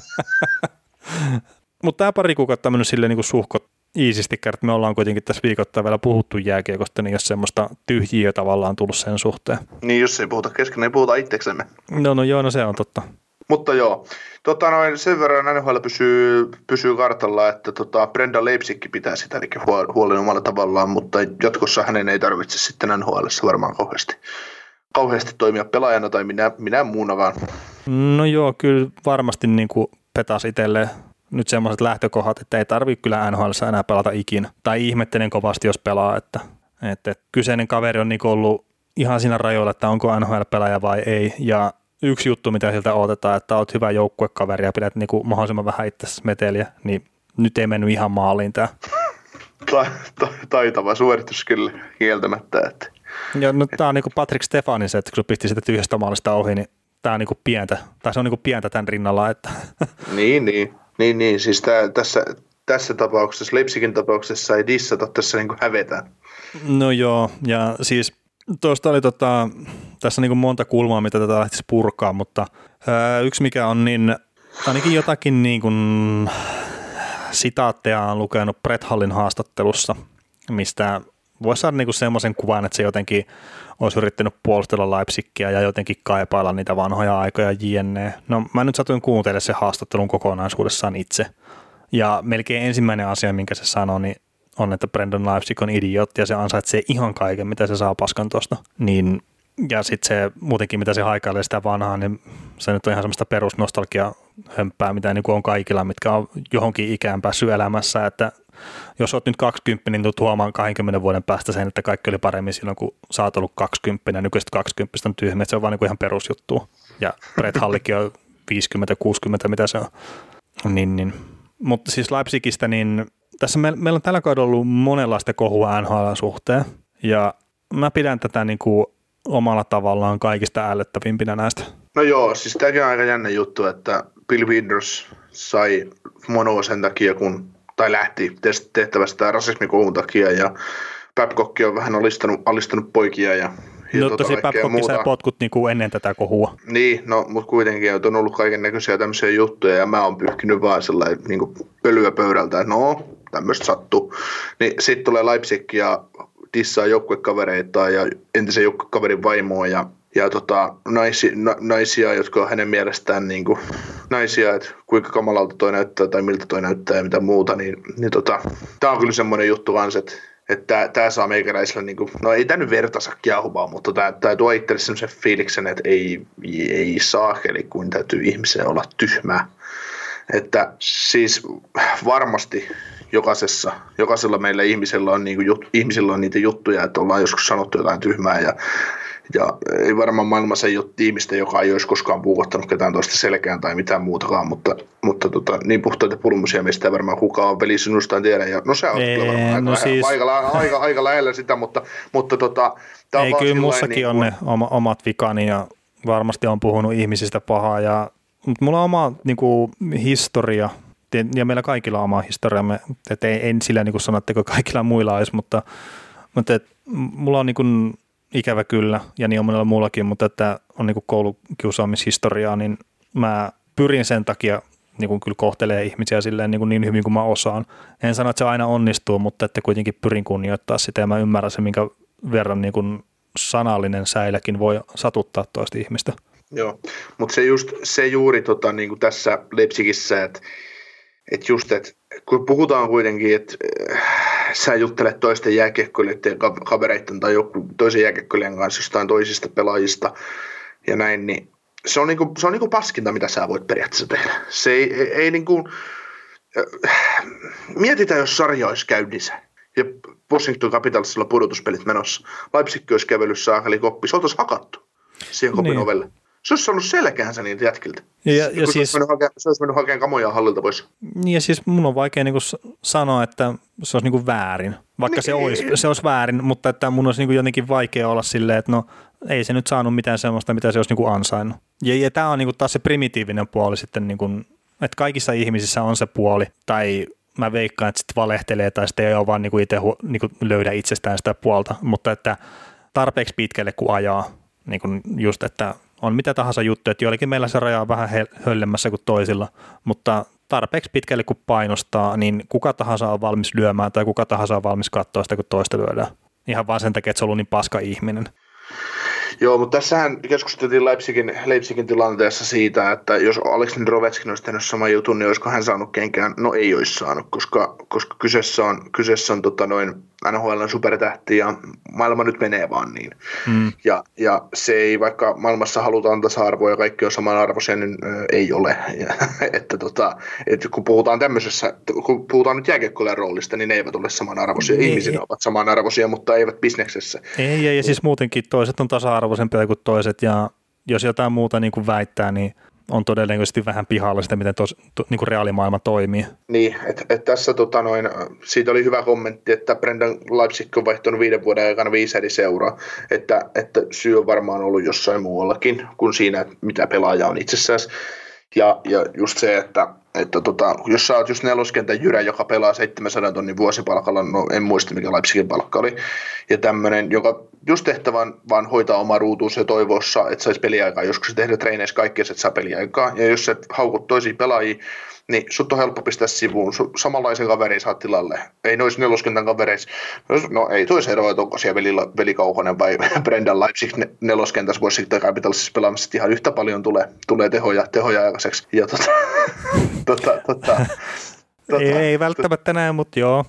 Mutta tämä pari kuukautta on mennyt silleen niin suhkot iisisti, että me ollaan kuitenkin tässä viikoittain vielä puhuttu jääkiekosta, niin jos semmoista tyhjiä tavallaan tullut sen suhteen. Niin, jos ei puhuta kesken, niin puhutaan itseksemme. No se on totta. Mutta joo, sen verran NHL pysyy kartalla, että Brenda Leipzig pitää sitä eli huolen omalla tavallaan, mutta jatkossa hänen ei tarvitse sitten NHL:ssä varmaan kauheasti toimia pelaajana tai minä muunakaan. No joo, kyllä varmasti niin kuin petasi itselleen nyt semmoiset lähtökohdat, että ei tarvitse kyllä NHL:ssä enää pelata ikinä. Tai ihmettelen kovasti, jos pelaa, että kyseinen kaveri on niin kuin ollut ihan siinä rajoilla, että onko NHL-pelaaja vai ei. Ja yksi juttu, mitä siltä odotetaan, että olet hyvä joukkuekaveri ja pidät niin kuin mahdollisimman vähän itsesi meteliä, niin nyt ei mennyt ihan maaliin tämä. Taitava suoritus kyllä kieltämättä. Että. Ja no, tämä on niin kuin Patrick Stefanin se, että kun pisti sitä tyhjästä maalista ohi, niin tämä on niin kuin pientä, tai se on niin kuin pientä tämän rinnalla. Että. Niin, siis tässä tapauksessa, Leipzigin tapauksessa ei dissata, tässä niin kuin hävetään. No joo, ja siis tuosta oli tässä niin kuin monta kulmaa, mitä tätä lähtisi purkaa, mutta yksi mikä on niin, ainakin jotakin niin kuin sitaatteja on lukenut Brett Hallin haastattelussa, mistä voisi saada niin kuin semmoisen kuvan, että se jotenkin olisi yrittänyt puolustella Leipzigia ja jotenkin kaipailla niitä vanhoja aikoja jne. No mä nyt satuin kuuntelemaan sen haastattelun kokonaisuudessaan itse, ja melkein ensimmäinen asia, minkä se sanoi, niin on, että Brendan Leipzig on idiootti ja se ansaitsee ihan kaiken, mitä se saa paskan tuosta. Niin, ja sitten se muutenkin, mitä se haikailee sitä vanhaa, niin se nyt on ihan semmoista perusnostalgia-hömppää, mitä niin kuin on kaikilla, mitkä on johonkin ikään päässyt elämässä, että jos olet nyt 20, niin tulet huomaan 20 vuoden päästä sen, että kaikki oli paremmin silloin, kun sä oot ollut 20 ja nykyiset 20 on tyhmä, että se on vaan niin kuin ihan perusjuttu. Ja Brett Hallikin on 50-60, mitä se on. Niin. Mutta siis Leipzigistä, niin tässä meillä on tällä kaudella ollut monenlaista kohua NHL-suhteen, ja mä pidän tätä niin kuin omalla tavallaan kaikista ällöttävimpinä näistä. No joo, siis tämäkin on aika jännä juttu, että Bill Winders sai monoa sen takia, tai lähti tehtävästä rasismikohun takia, ja Babcock on vähän alistanut poikia. Ja no tosi Babcock sai potkut niin kuin ennen tätä kohua. Niin, no mutta kuitenkin on ollut kaiken näköisiä tämmöisiä juttuja, ja mä oon pyyhkinyt vaan sellainen niin kuin pölyä pöydältä, että no, tämmöistä sattuu. Niin sitten tulee Leipzig ja dissaa joukkuekavereita ja entisen joukkuekaverin vaimoa ja naisia, jotka on hänen mielestään niin kuin, naisia, että kuinka kamalalta toi näyttää tai miltä toi näyttää ja mitä muuta, niin tämä on kyllä semmoinen juttu kanssa, että tämä saa meikäläisellä, niin kuin, no ei tämä nyt vertansa kiahuvaa, mutta tämä tuo itselle semmoisen fiiliksen, että ei saakeli, kuin täytyy ihmisen olla tyhmää. Että siis varmasti jokaisella meillä ihmisellä on, ihmisillä on niitä juttuja, että ollaan joskus sanottu jotain tyhmää ja ei varmaan maailmassa ei ole ihmistä, joka ei olisi koskaan puukottanut ketään toista selkään tai mitään muutakaan, mutta niin puhtaita pulmusia meistä ei varmaan kukaan on velisynustaan tiedä. Ja, no se on aika lähellä sitä, mutta tämä ei, kyllä mussakin niin, on ne omat vikani ja varmasti on puhunut ihmisistä pahaa, mutta mulla on oma niin kuin, historia, ja meillä kaikilla on oma historiamme, että ei sillä niin kuin sano, että kaikilla muilla olisi, mutta mulla on niin kuin, ikävä kyllä, ja niin on monella muullakin, mutta että on niin kuin koulukiusaamishistoriaa, niin mä pyrin sen takia niin kuin kyllä kohtelee ihmisiä silleen niin hyvin kuin mä osaan. En sano, että se aina onnistuu, mutta että kuitenkin pyrin kunnioittaa sitä, ja mä ymmärrän sen, minkä verran niin kuin sanallinen säiläkin voi satuttaa toista ihmistä. Joo, mutta se juuri niin kuin tässä Leipzigissä, että kun puhutaan kuitenkin, että sä juttelet toisten jääkiekkoilijoiden kavereiden tai joku toisen jääkiekkoilijan kanssa jostain toisista pelaajista ja näin, niin se on niinku paskinta, mitä sä voit periaatteessa tehdä. Se ei niinku, mietitään, jos sarja olisi käynnissä ja Washington Capitalsilla pudotuspelit menossa. Leipzig olisi kävellyt saakeli koppi, se oltaisiin hakattu siihen kopin niin ovelle. Se olisi saanut selkäänsä niiltä jätkiltä. Ja siis, se olisi mennyt hakemaan kamoja hallilta pois. Ja siis mun on vaikea niinku sanoa, että se olisi niinku väärin, vaikka niin, se olisi väärin, mutta että mun olisi niinku jotenkin vaikea olla silleen, että no ei se nyt saanut mitään sellaista, mitä se olisi niinku ansainnut. Ja tämä on niinku taas se primitiivinen puoli sitten niinku Että kaikissa ihmisissä on se puoli, tai mä veikkaan, että sitten valehtelee, tai sitten ei ole vaan niinku itse niinku löydä itsestään sitä puolta, mutta että tarpeeksi pitkälle kun ajaa, niinku just, että on mitä tahansa juttuja, että joillekin meillä se raja on vähän höllemmässä kuin toisilla, mutta tarpeeksi pitkälle kun painostaa, niin kuka tahansa on valmis lyömään tai kuka tahansa on valmis katsoa sitä, kun toista lyödään. Ihan vaan sen takia, että se on ollut niin paska ihminen. Joo, mutta tässähän keskusteltiin Leipzigin tilanteessa siitä, että jos Aleksander Ovechkin olisi tehnyt saman jutun, niin olisiko hän saanut kenkään? No ei olisi saanut, koska kyseessä on NHL:n supertähti ja maailma nyt menee vaan niin. Ja se ei, vaikka maailmassa halutaan tasa-arvoa ja kaikki on samanarvoisia, niin ei ole. Että kun puhutaan kun puhutaan nyt jääkiekkoilijan roolista, niin ne eivät ole samanarvoisia. Ihmisinä ovat samanarvoisia, mutta eivät bisneksessä. Ei, ja siis muutenkin toiset on tasa-arvoisempia kuin toiset, ja jos jotain muuta niin kuin väittää, niin on todennäköisesti vähän pihalla sitä, miten niin kuin reaalimaailma toimii. Niin, että tässä siitä oli hyvä kommentti, että Brendan Leipzig on vaihtanut 5 vuoden aikana 5 eri seuraa, että syy on varmaan ollut jossain muuallakin kuin siinä, mitä pelaaja on itsessään. Ja just se, että jos sä oot just neloskentän jyrä, joka pelaa 700 tonnin vuosipalkalla, no en muista mikä Leipzigin palkka oli, ja tämmöinen, joka just tehtävän vaan hoitaa omaa ruutuunsa ja toivossa, että saisi peliaikaa, joskus tehdä treeneissä kaikkea, että saa peliaikaa, ja jos sä haukut toisia pelaajia, niin sut on helppo pistää sivuun, samanlaisen kaverin saat tilalle, ei noissa neloskentän kavereissa, no ei toisi eroa, että onko siellä Veli Kaukonen vai Brendan Leipzig neloskentässä voisi sitten Capitalsissa pelaamassa, ihan yhtä paljon tulee tehoja aikaiseksi, ja Ei välttämättä näin, mutta joo.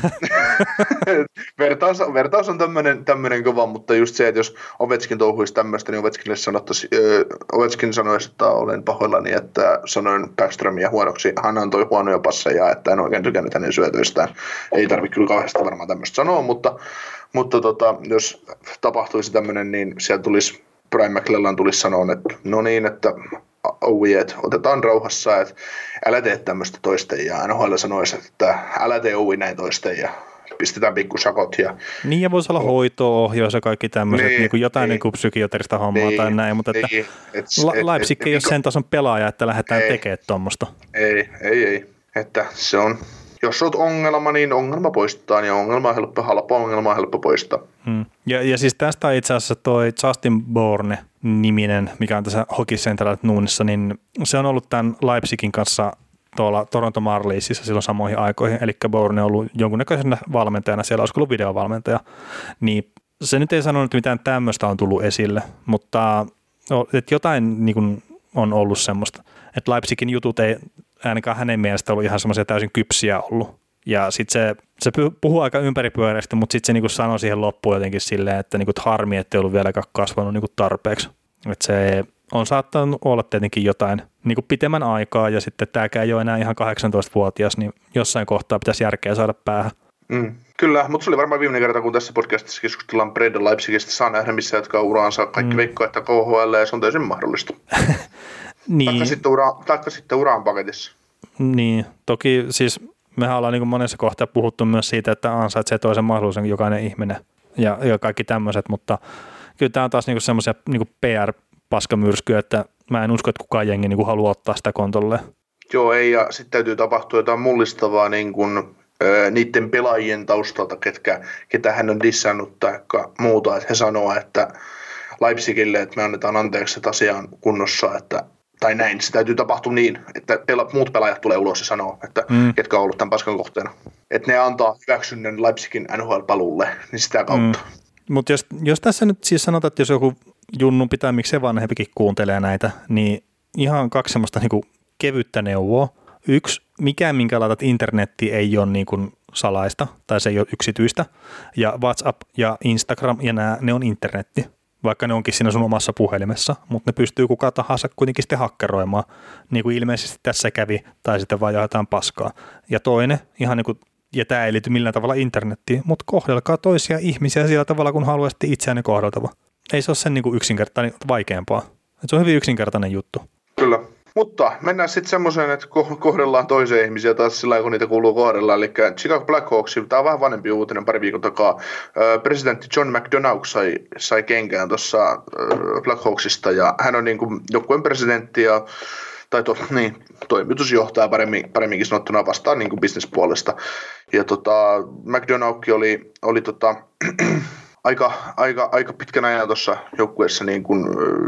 Vertaus on tämmöinen kova, mutta just se, että jos Ovechkin touhuisi tämmöistä, niin Ovechkin sanoisi, että olen pahoillani, että sanoin Backstromia huonoksi. Hän antoi huonoja passeja, että en oikein tykännyt hänen syötöistään. Ei tarvitse kyllä kauheasti varmaan tämmöistä sanoa, mutta jos tapahtuisi tämmöinen, niin siellä tulisi Brian McClellan tulisi sanoa, että no niin, että että otetaan rauhassa, että älä tee tämmöistä toisten, ja NHL sanoisi, että älä tee näin toisten, ja pistetään pikkusakot. Niin, ja voisi olla hoito-ohjaus ja kaikki tämmöiset, niin kuin jotain niin kuin psykiatrista hommaa tai näin, mutta Leipzig ei ole sen tason pelaaja, että lähdetään tekemään tuommoista. Ei, että se on, jos olet ongelma, niin ongelma poistetaan, ja ongelma on helppo poistaa. Ja siis tästä itse asiassa toi Justin Bourne-niminen, mikä on tässä Hockey Central Noonissa, niin se on ollut tämän Leipzigin kanssa tuolla Toronto Marliesissa silloin samoihin aikoihin, eli Bourne on ollut jonkunnäköisenä valmentajana, siellä olisi ollut videovalmentaja, niin se nyt ei sanonut, että mitään tämmöistä on tullut esille, mutta että jotain niin kuin on ollut semmoista, että Leipzigin jutut ei ainakaan hänen mielestä ollut ihan semmoisia täysin kypsiä ollut. Ja sitten se puhuu aika ympäripyöreästi, mutta sitten se niinku sanoi siihen loppuun jotenkin silleen, että niinku harmi, ettei ollut vieläkään kasvanut niinku tarpeeksi. Että se on saattanut olla tietenkin jotain niinku pitemmän aikaa, ja sitten tämäkään ei ole enää ihan 18-vuotias, niin jossain kohtaa pitäisi järkeä saada päähän. Kyllä, mutta se oli varmaan viimeinen kerta, kun tässä podcastissa keskustellaan Brendan Leipzigistä. Saa nähdä, missä jatkaa uraansa. Kaikki veikkoa, että KHL, ja se on täysin mahdollista. Niin. Taikka sitten uraan paketissa. Niin, toki siis mehän ollaan niin monessa kohtaa puhuttu myös siitä, että ansaitsee toisen mahdollisuuden jokainen ihminen ja kaikki tämmöiset, mutta kyllä tämä on taas niin semmoisia niin PR-paskamyrskyjä, että mä en usko, että kukaan jengi niin haluaa ottaa sitä kontolle. Joo, ei, ja sitten täytyy tapahtua jotain mullistavaa niin kuin niiden pelaajien taustalta, ketä hän on dissannut tai muuta, että he sanoo, että Leipzigille, että me annetaan anteeksi, että asia on kunnossa, tai näin, se täytyy tapahtua niin, että muut pelaajat tulee ulos ja sanoo, että ketkä on ollut tämän paskan kohteena. Että ne antaa hyväksynnän Leipzigin NHL-paluulle, niin sitä kautta. Mutta jos tässä nyt siis sanotaan, että jos joku junnu pitää, miksei vanhempikin kuuntelee näitä, niin ihan 2 semmoista niinku kevyttä neuvoa. 1, mikään minkä laitat internettiin ei ole niinku salaista, tai se ei ole yksityistä, ja WhatsApp ja Instagram ja ne on internetti. Vaikka ne onkin siinä sun omassa puhelimessa, mutta ne pystyy kuka tahansa kuitenkin sitten hakkeroimaan, niin kuin ilmeisesti tässä kävi, tai sitten vaan jotain paskaa. Ja toinen, ihan niin kuin, ja tämä ei liity millään tavalla internettiin, mutta kohdelkaa toisia ihmisiä sillä tavalla, kun haluaisitte itseänne kohdeltava. Ei se ole sen niin kuin yksinkertainen, vaikeampaa. Se on hyvin yksinkertainen juttu. Kyllä. Mutta mennään sitten semmoiseen, että kohdellaan toisia ihmisiä taas sillä kun niitä kuuluu kohdella. Eli Chicago Blackhawks, tämä on vähän vanhempi uutinen pari viikon takaa. Presidentti John McDonough sai kenkään tuossa Blackhawksista, ja hän on niin kuin joukkueen presidentti, ja toimitusjohtaja paremminkin sanottuna vastaan niin kuin bisnespuolesta. Ja McDonough oli aika pitkän ajan tuossa joukkueessa niin kuin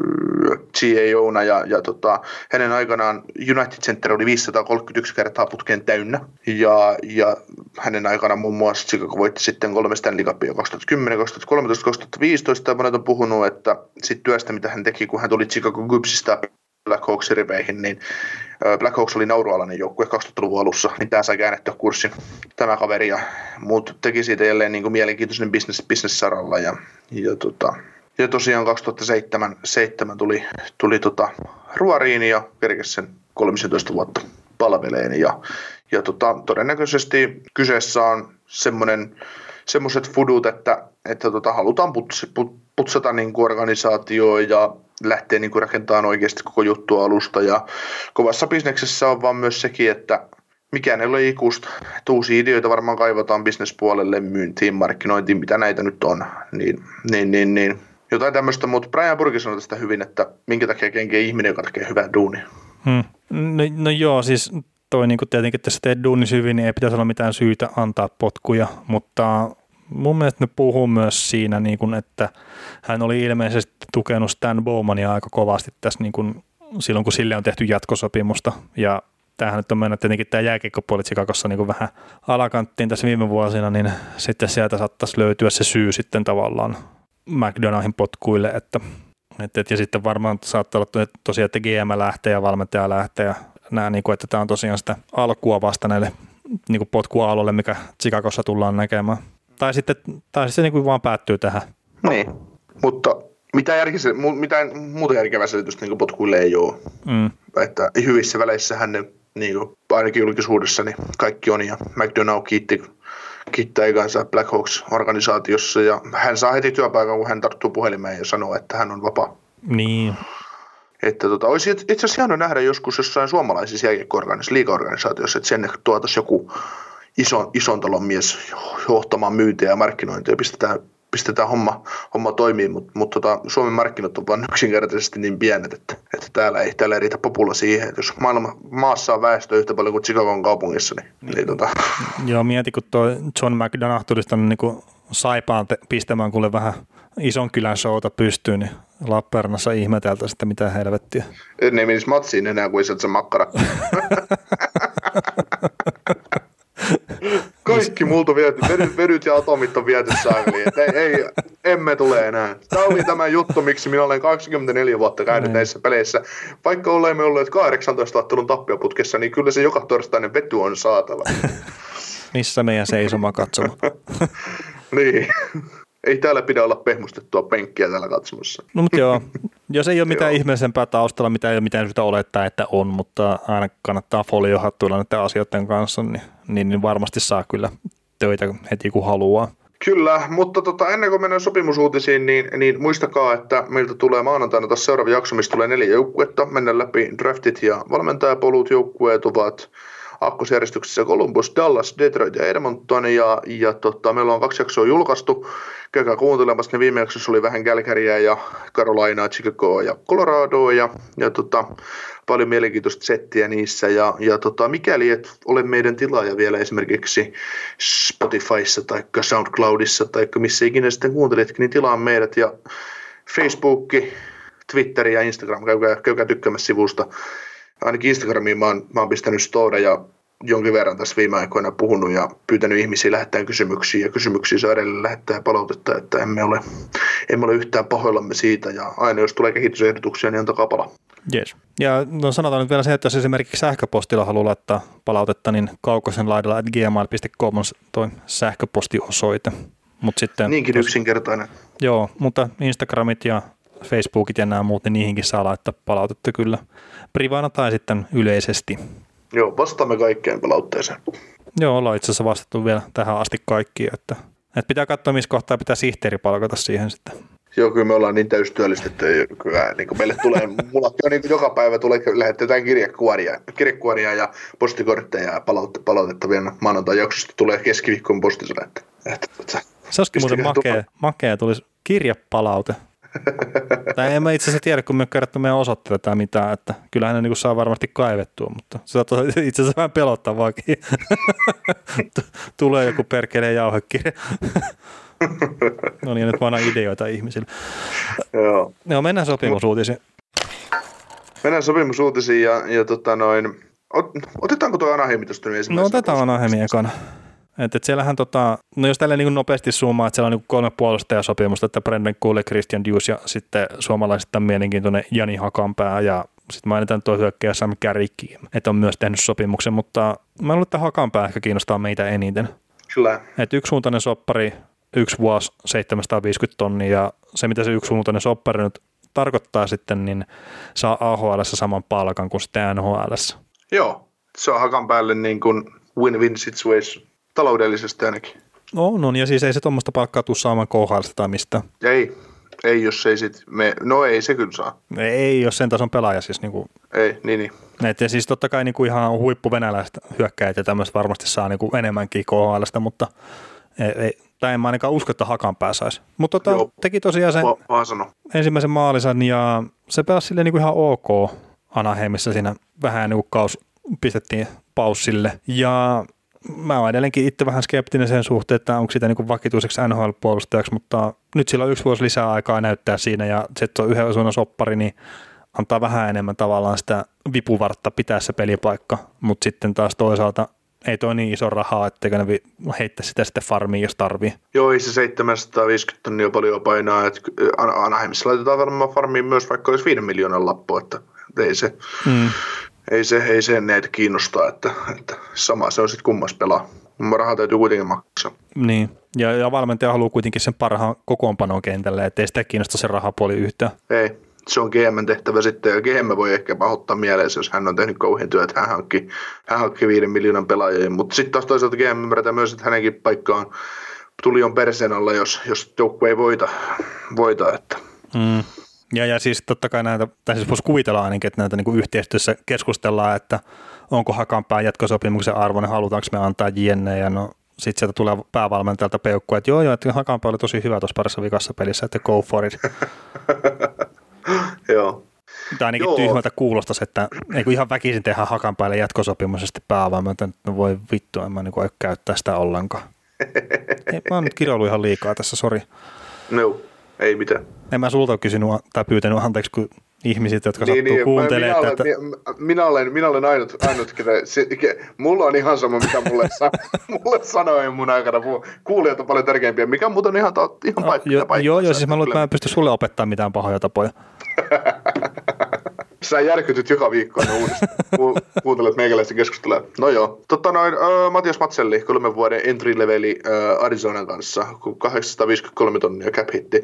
GAO:na ja hänen aikanaan United Center oli 531 kertaa putkeen täynnä ja hänen aikanaan muun muassa Chicago voitti sitten 3 Stanley Cupia 2010, 2013, 2015 ja monet on puhunut, että sit työstä mitä hän teki, kun hän tuli Chicago Cubsista Black Hawksin riveihin, niin Black Hawks oli naurualainen joukkue 2000-luvun alussa, niin tämä sai käännettyä kurssin tämä kaveri ja muut teki siitä jälleen niin kuin mielenkiintoisen business-saralla ja tosiaan 2007 tuli ruoriin ja kerkesi sen 13 vuotta palveleen ja todennäköisesti kyseessä on semmoiset fudut, että halutaan putsata niin kuin organisaatioon ja lähtee niin kuin rakentamaan oikeasti koko juttua alusta ja kovassa bisneksessä on vaan myös sekin, että mikään ei ole ikuista, että uusia ideoita varmaan kaivataan bisnespuolelle, myyntiin, markkinointiin, mitä näitä nyt on, niin. Jotain tämmöistä, mutta Brian Burke sanoi tästä hyvin, että minkä takia kenkeä ihminen, joka tekee hyvää duunia. No joo, siis toi niin kuin tietenkin, että sä teet duunis hyvin, niin ei pitäisi olla mitään syytä antaa potkuja, mutta mun mielestä ne puhuu myös siinä, niin kuin, että hän oli ilmeisesti tukenut Stan Bowmania aika kovasti tässä niin kuin, silloin, kun sille on tehty jatkosopimusta. Ja tämähän nyt on mennyt tietenkin tämä jääkiekkopuoli Chicagossa niin kuin vähän alakanttiin tässä viime vuosina, niin sitten sieltä saattaisi löytyä se syy sitten tavallaan McDonaghin potkuille. Ja sitten varmaan saattaa olla tosiaan, että GM lähtee ja valmentaja lähtee ja nämä, niin kuin, että tämä on tosiaan sitä alkua vasta näille niin kuin potkuaalolle, mikä Chicagossa tullaan näkemään. Tai sitten se niin kuin vaan päättyy tähän. Niin, mutta mitään muuta järkevää selitystä niin potkuille ei ole. Että hyvissä väleissähän ne, niin kuin ainakin julkisuudessa, niin kaikki on. Ja McDonough kiittää aikansa Black Hawks-organisaatiossa. Ja hän saa heti työpaikan, kun hän tarttuu puhelimeen ja sanoo, että hän on vapaa. Niin. Että olisi itse asiassa hieno nähdä joskus jossain suomalaisissa liiga-organisaatioissa, että sinne tuotaisiin joku ison talon mise johtamaan myyntiä ja markkinointia ja pistetään homma toimii, mutta Suomen markkinat on vain yksinkertaisesti niin pienet, että täällä ei riitä populla siihen, että jos maassa on väestö yhtä paljon kuin Chicagon kaupungissa, niin Joo, mieti, kun tuo John McDonough tulisi tuonne niin Saipaan pistämään kuule vähän ison kylän showta pystyyn, niin Lappeenrannassa ihmeteltäisiin, että mitä helvettiä. Ne ei menisi matsiin enää, kuin se makkara. Kaikki multa viety, vedyt ja atomit on viety saakeliin, että emme tule enää. Tämä oli tämä juttu, miksi minä olen 24 vuotta käynyt näissä peleissä. Vaikka olemme olleet 18 ottelun tappioputkessa, niin kyllä se joka torstainen vety on saatava. Missä meidän seisoma katsoma? Niin. Ei täällä pidä olla pehmustettua penkkiä täällä katsomassa. No mutta joo, jos ei ole mitään ihmeellisempää taustalla, mitä ei ole mitään syytä olettaa, että on, mutta aina kannattaa foliohattuilla näiden asioiden kanssa, niin varmasti saa kyllä töitä heti kun haluaa. Kyllä, mutta ennen kuin mennään sopimusuutisiin, niin muistakaa, että meiltä tulee maanantaina taas seuraava jakso, missä tulee 4 joukkuetta. Mennään läpi draftit ja valmentajapolut. Joukkueet ovat aakkosjärjestyksessä Columbus, Dallas, Detroit ja Edmonton, ja meillä on 2 jaksoa julkaistu. Käykää kuuntelemassa, ne viime jaksossa oli vähän Calgaryä ja Carolinaa, Chicagoa ja Coloradoa, ja paljon mielenkiintoista settiä niissä, ja mikäli et ole meidän tilaaja vielä esimerkiksi Spotifyssa tai SoundCloudissa tai missä ikinä sitten kuuntelitkin, niin tilaa meidät, ja Facebook, Twitter ja Instagram, käykää tykkäämässä sivusta. Ainakin Instagramiin mä oon pistänyt storeja jonkin verran tässä viime aikoina puhunut ja pyytänyt ihmisiä lähettämään kysymyksiä, ja kysymyksiä saa edelleen lähettää palautetta, että emme ole yhtään pahoillamme siitä, ja aina jos tulee kehitysehdotuksia, niin antakaa palaa. Yes. Ja no sanotaan nyt vielä se, että jos esimerkiksi sähköpostilla haluaa laittaa palautetta, niin kaukosen laidalla @gmail.com on toi sähköpostiosoite. Niinkin yksinkertainen. Joo, mutta Instagramit ja Facebookit ja nämä muut, niin niihinkin saa laittaa palautetta kyllä privaana tai sitten yleisesti. Joo, vastaamme kaikkeen palautteeseen. Joo, ollaan itse asiassa vastattu vielä tähän asti kaikkiin, että pitää katsoa, missä kohtaa pitää sihteeri palkata siihen sitten. Joo, kyllä me ollaan niin täystyöllistetty, kyllä niin kuin meille tulee, mulla on niin kuin joka päivä lähetetään kirjekuoria ja postikortteja ja palautetta vielä maanantain jaksosta tulee keskiviikkoon postiselle. Se olisikin muuten makea tulisi kirjapalaute. Tai en mä itse asiassa tiedä, kun me on kerrottu meidän osoitteita tai mitään, että kyllähän ne niin saa varmasti kaivettua, mutta se on itse asiassa vähän pelottavaakin. Tulee joku perkeleen jauhekirja. No niin, nyt mä annan ideoita ihmisille. Joo, mennään sopimusuutisiin. Mennään sopimusuutisiin ja otetaanko tuo Anaheim tuosta ensimmäisenä? No otetaan Anaheim ekana. Että siellähän no jos tälleen niin nopeasti zoomaa, että siellä on niin 3 puolustajasopimusta, että Brendan Cooley, Christian Duse ja sitten suomalaisittain mielenkiintoinen Jani Hakanpää ja sitten mainitaan tuo hyökkäjä Sam Carrick, että on myös tehnyt sopimuksen, mutta mä luulen, että Hakanpää ehkä kiinnostaa meitä eniten. Kyllä. Että yksisuuntainen soppari, 1 vuosi 750 tonnia ja se mitä se yksisuuntainen soppari nyt tarkoittaa sitten, niin saa AHL:ssä saman palkan kuin sitten NHL:ssä. Joo, se on Hakanpäälle niin kuin win-win situation. Taloudellisesti ainakin. No, ja siis ei se tuommoista palkkaa tule saamaan KHL:sta tai mistä. Ei jos ei sit ei se kyllä saa. Ei, jos sen tason pelaaja siis. Ei, niin. Ja siis totta kai ihan huippuvenäläistä hyökkäjät ja tämmöistä varmasti saa enemmänkin KHL:stä, mutta tai en mä ainakaan usko, että Hakanpää saisi. Mutta teki tosiaan sen ensimmäisen maalisan ja se pelasi silleen ihan ok Anaheimissa siinä vähän kaus pistettiin paussille ja mä oon edelleenkin itse vähän skeptinen sen suhteen, että onko sitä vakituiseksi NHL-puolustajaksi, mutta nyt sillä on 1 vuosi lisää aikaa näyttää siinä ja se, että on 1 osuuden soppari, niin antaa vähän enemmän tavallaan sitä vipuvartta pitää se pelipaikka, mutta sitten taas toisaalta ei toi niin iso rahaa, etteikö ne heittää sitä sitten farmiin, jos tarvii. Joo, ei se 750 tonnia paljon painaa, että Anaheimissa laitetaan varmaan farmiin myös, vaikka olisi 5 miljoonan lappu, että ei se... Ei se näitä kiinnostaa, että sama se on sitten kummas pelaa. Rahaa täytyy kuitenkin maksaa. Niin, ja valmentaja haluaa kuitenkin sen parhaan kokoonpanon kentälle, ettei sitä kiinnosta se rahapuoli yhtään. Ei, se on GM:n tehtävä sitten, ja GM voi ehkä pahoittaa mieleen, jos hän on tehnyt kauhean työtä, että hän hankki 5 miljoonan pelaajia, mutta sitten taas toisaalta GM ymmärretään myös, että hänenkin paikkaan tuli on perseen alla, jos joukkue ei voita että... Ja siis totta kai näitä, tai siis voisi kuvitella ainakin, että näitä yhteistyössä keskustellaan, että onko Hakanpään jatkosopimuksen arvoinen, halutaanko me antaa jne. Ja no sitten sieltä tulee päävalmentajalta peukkua, että joo, että Hakanpää oli tosi hyvä tuossa parissa vikassa pelissä, että go for it. Joo. Tai ainakin tyhmältä kuulostaisi, että eikö ihan väkisin tehdä Hakanpäälle jatkosopimus ja sitten päävalmentajalta, että no voi vittu, en mä aio käyttää sitä ollenkaan. Mä oon nyt kiroillut ihan liikaa tässä, sori. No. Ei mitään. En mä sulta ole kysynyt tai pyytänyt anteeksi, kun ihmiset, jotka sattuu kuuntelemaan. Minä olen ainut ketä, mulla on ihan sama, mitä mulle sanoi mun aikana. Kuulijat on paljon tärkeimpiä, mikä muuten on ihan paikka. Joo, siis mä luulen, että mä en pysty sulle opettamaan mitään pahoja tapoja. Sä järkytyt joka viikko aina uudestaan. Kuuntelet meikäläistä keskustelua. No joo. Matias Matselli, 3 vuoden entry leveli Arizonan kanssa, 853 tonnia cap hitti.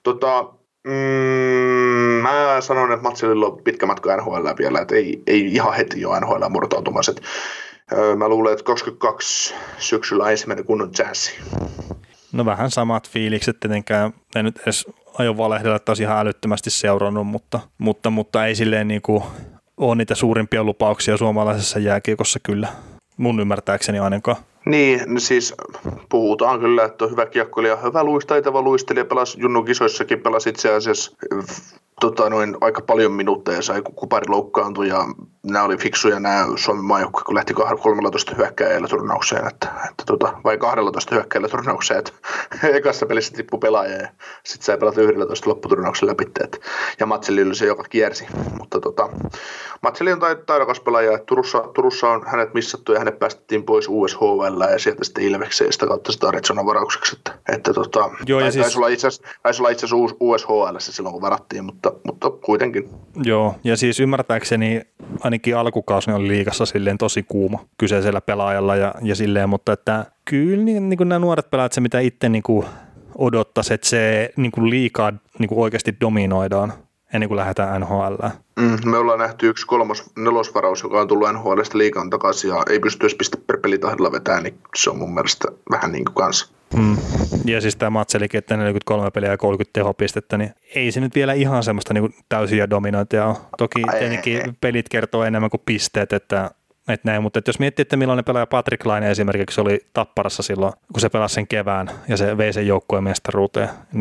Mä sanon, että Matsellilla on pitkä matka NHL vielä, että ei ihan heti jo NHL murtautumiset. Mä luulen, että 22 syksyllä ensimmäinen kunnon chanssi. No vähän samat fiilikset tietenkään. En nyt edes aio valehdella, että olisi ihan älyttömästi seurannut, mutta ei silleen ole niitä suurimpia lupauksia suomalaisessa jääkiekossa kyllä. Mun ymmärtääkseni ainakaan. Niin, siis puhutaan kyllä, että on hyvä kiekkoilija, hyvä taitava luistelija, pelasi Junnu kisoissakin, pelasi itse asiassa aika paljon minuutteja ja sai kupari loukkaantui ja nämä oli fiksuja nämä Suomen maajoukkoja, kun lähti 13 hyökkääjällä turnaukseen, vai 12 hyökkääjällä turnaukseen, että ekassa pelissä tippui pelaaja ja sitten sai pelata 11 lopputurnauksen läpi, ja Matselli oli se, joka kiersi, mutta Matselli on taidokas pelaaja, että Turussa on hänet missattu ja hänet päästettiin pois USHL ja sieltä sitten Ilvekseen ja sitä kautta sitä Arizonan varaukseksi, taisi olla itse asiassa USHL silloin kun varattiin, mutta kuitenkin. Joo, ja siis ymmärtääkseni ainakin alkukausi oli liigassa silleen tosi kuuma kyseisellä pelaajalla ja silleen, mutta että kyllä niin nämä nuoret pelaajat, se mitä itse odottaisi, että se liikaa oikeasti dominoidaan ennen kuin lähdetään NHL:ään. Me ollaan nähty yksi 3-4 varaus, joka on tullut NHL:stä liigaan takaisin ja ei pysty edes piste per pelitahdilla vetämään, niin se on mun mielestä vähän niin kuin kanssa. Ja siis tämä Matselikin, että 43 peliä ja 30 tehopistettä, niin ei se nyt vielä ihan semmoista täysiä dominointia ole. Toki tietenkin pelit kertoo enemmän kuin pisteet, että näin, mutta jos miettii, että millainen pelaaja Patrick Laine esimerkiksi oli Tapparassa silloin, kun se pelasi sen kevään ja se vei sen joukkueen mestaruuteen, niin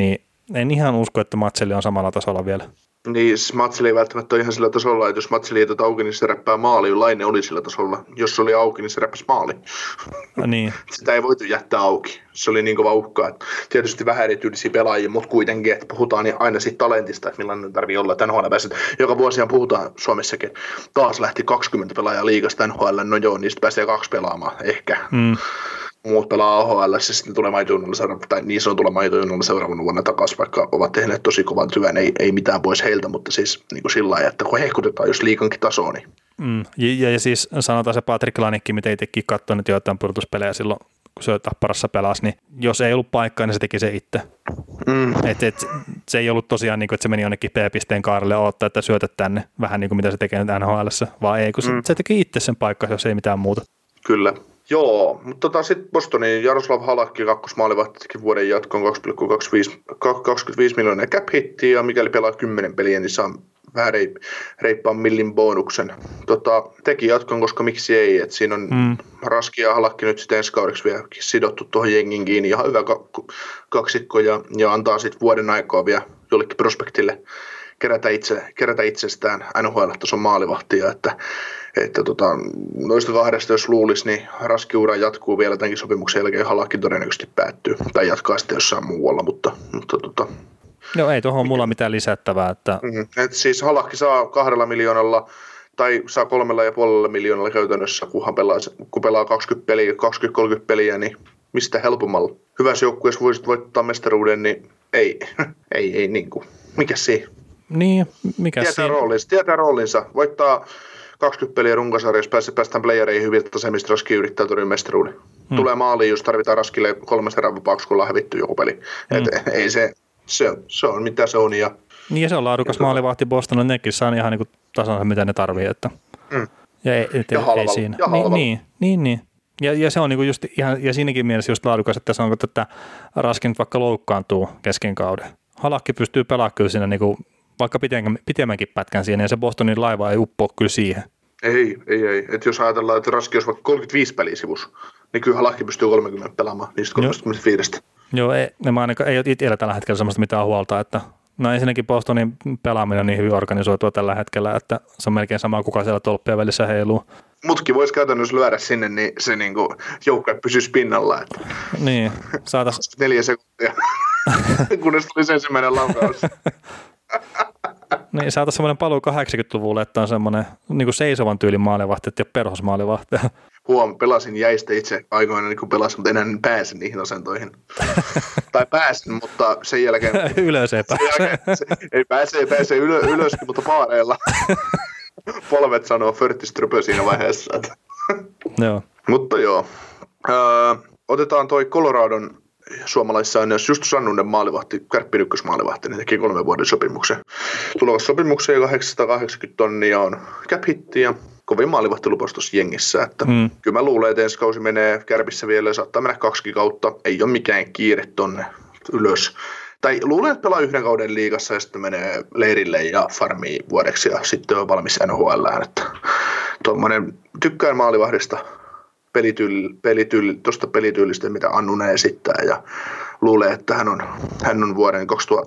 En ihan usko, että Matseli on samalla tasolla vielä. Niin, Matseli ei välttämättä ole ihan sillä tasolla, että jos Matseli ei auki, niin se räppää maali, Laine oli sillä tasolla. Jos se oli auki, niin se räppäsi maali. Niin. Sitä ei voitu jättää auki. Se oli niin kova uhka. Että tietysti vähän erityylisiä pelaajia, mutta kuitenkin, että puhutaan aina siitä talentista, että millainen tarvii olla. Että NHL joka vuosiaan puhutaan Suomessakin. Taas lähti 20 pelaajaa liigasta NHL, no joo, niistä pääsee 2 pelaamaan ehkä. Muut pelaa AHL, ja sitten tulee maitojunnalla tai niin sanotulla maitojunnalla seuraavana vuonna takaisin, vaikka ovat tehneet tosi kovan työn, ei mitään pois heiltä, mutta siis niin kuin sillä lailla, että kun hehkutetaan jos liikankin tasoa, niin. Ja siis sanotaan se Patrik Lanikki, mitä itsekin katsoin, että jotain pudotuspelejä silloin, kun se Tapparassa pelasi, niin jos ei ollut paikkaa, niin se teki se itse. Se ei ollut tosiaan niin kuin, että se meni jonnekin P-pisteen kaarelle odottaa, että syötät tänne vähän niin kuin mitä se tekee nyt NHL:ssä, vaan ei, kun se teki itse sen paikkaa, jos ei mitään muuta. Kyllä. Joo, mutta sitten Bostonin Jaroslav Halakki kakkosmaalivahtikin vuoden jatkoon 2,25 miljoonaa cap-hittiä, ja mikäli pelaa 10 peliä, niin saa vähän reippaan millin bonuksen. Teki jatkon, koska miksi ei, että siinä on Raski ja Halakki nyt sitten ensi kaudeksi vielä sidottu tuohon jengin kiinni, ihan hyvä kaksikko, ja antaa sitten vuoden aikaa vielä jollekin prospektille kerätä itsestään NHL-tason maalivahtia, että noista kahdesta, jos luulisi, niin Raski-ura jatkuu vielä tämänkin sopimuksen jälkeen, Halakki todennäköisesti päättyy, tai jatkaa sitten jossain muualla, mutta Joo, ei tuohon mulla mitään lisättävää. Että et siis Halakki saa 2 miljoonalla, tai saa 3,5 miljoonalla käytännössä, kun pelaa 20-30 peliä, niin mistä helpommalla. Hyvässä joukkueessa voisit voittaa mestaruuden, niin ei niin kuin, mikä siinä? Niin, mikä siinä? Tietää roolinsa. Voittaa 20 peliä runkosarjassa, päästään playereihin hyvin, että tasemista Raski yrittää torjua mestaruuden. Tulee maaliin, jos tarvitaan Raskille 3 erää vapaaksi, kun ollaan hävitty joku peli. Ei se on mitä se on. Ja se on laadukas maalivahti Boston, nekin saa ihan niin tasansa, mitä ne tarvii. Että. Ja halvalla. Siinä. Niin. Ja se on niinku just ihan, ja siinäkin mielessä just laadukas, että se on, että Raski nyt vaikka loukkaantuu kesken kauden. Halakki pystyy pelaamaan kyllä siinä niinku vaikka pitemmänkin pätkän siinä, ja se Bostonin laiva ei uppoa kyllä siihen. Ei. Että jos ajatellaan, että Raski olisi vaikka 35 peliä sivussa, niin kyllä Halakki pystyy 30 pelaamaan niistä 35. Joo, ei ole itsellä tällä hetkellä sellaista mitään huolta, että no ensinnäkin Bostonin pelaaminen on niin hyvin organisoitua tällä hetkellä, että se on melkein sama, kuka siellä tolppien välissä heiluu. Mutkin voisi käytännössä lyödä sinne, niin se niinku joukkue pysyisi pinnalla. Että niin, 4 sekuntia, kunnes tulisi ensimmäinen laukaus. Niin, saataisiin semmoinen paluu 80-luvulle, että on semmoinen niin seisovan tyylin maalivahti, että ei ole perhosmaalivahti. Pelasin jäistä itse aikoina, niin kun pelasin, mutta enää pääsin niihin asentoihin. Tai pääsin, mutta sen jälkeen ylös ei pääse. Ei pääse ylöskin, mutta paareilla. Polvet sanoo förtistrupö siinä vaiheessa. Joo. Mutta joo. Otetaan toi Coloradon suomalaissäännös Justus Annunen maalivahti, Kärppin ykkösmaalivahti, niin teki 3 vuoden sopimuksen. Tulevassa sopimukseen 880 tonnia on cap-hitti ja kovin maalivahtilupaus tuossa jengissä. Että kyllä mä luulen, että ensi kausi menee Kärpissä vielä ja saattaa mennä 2 kautta. Ei ole mikään kiire tonne ylös. Tai luulen, että pelaa 1 kauden liigassa ja sitten menee leirille ja farmiin vuodeksi ja sitten on valmis NHL:ään. Että tuommoinen tykkään maalivahdista. Tuosta pelityylistä, mitä Annunen esittää, ja luulee, että hän on vuoden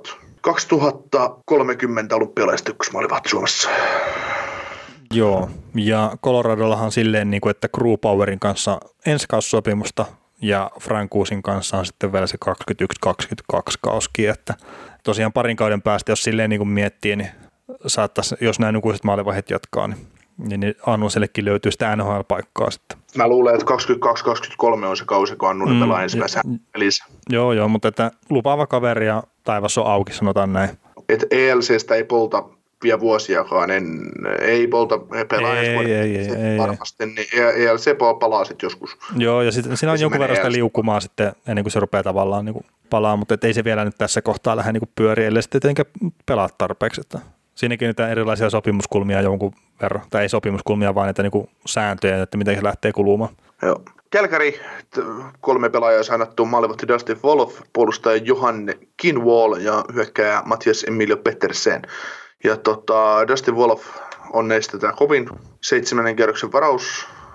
2030 olympialaiset ykkösmaalivahti Suomessa. Joo, ja Coloradollahan on silleen, että Crew Powerin kanssa ensikausisopimusta, ja Frankuusin kanssa on sitten vielä se 21-22 kauskin, että tosiaan parin kauden päästä, jos silleen niin kuin miettii, niin saattaisi, jos nämä nykyiset maalivahdit jatkaa, niin Annusellekin löytyy sitä NHL-paikkaa sitten. Mä luulen, että 22-23 on se kausi, kun Annunen pelaa ensimmäisen pelissä. Joo, mutta että lupaava kaveri ja taivas on auki, sanotaan näin. Että ELCstä ei polta vielä vuosiakaan, ei polta pelaa ei varmasti, niin ELC palaa sitten joskus. Joo, ja sitten siinä on jonkun verran sitä liukumaa sitten, ennen kuin se rupeaa tavallaan niin kuin palaa, mutta ei se vielä nyt tässä kohtaa lähde niin pyöriä, ellei sitten tietenkään pelaa tarpeeksi, että siinäkin nyt erilaisia sopimuskulmia jonkun verran, tai ei sopimuskulmia, vaan niitä niinku sääntöjä, että miten se lähtee kulumaan. Joo. Kälkäri, 3 pelaajaa sainattu maalivahti Dustin Wolf, puolustaja Johan Kinwall ja hyökkääjä Mattias Emilio Pettersen. Ja Dustin Wolf on neistä tämä kovin 7. kierroksen varaus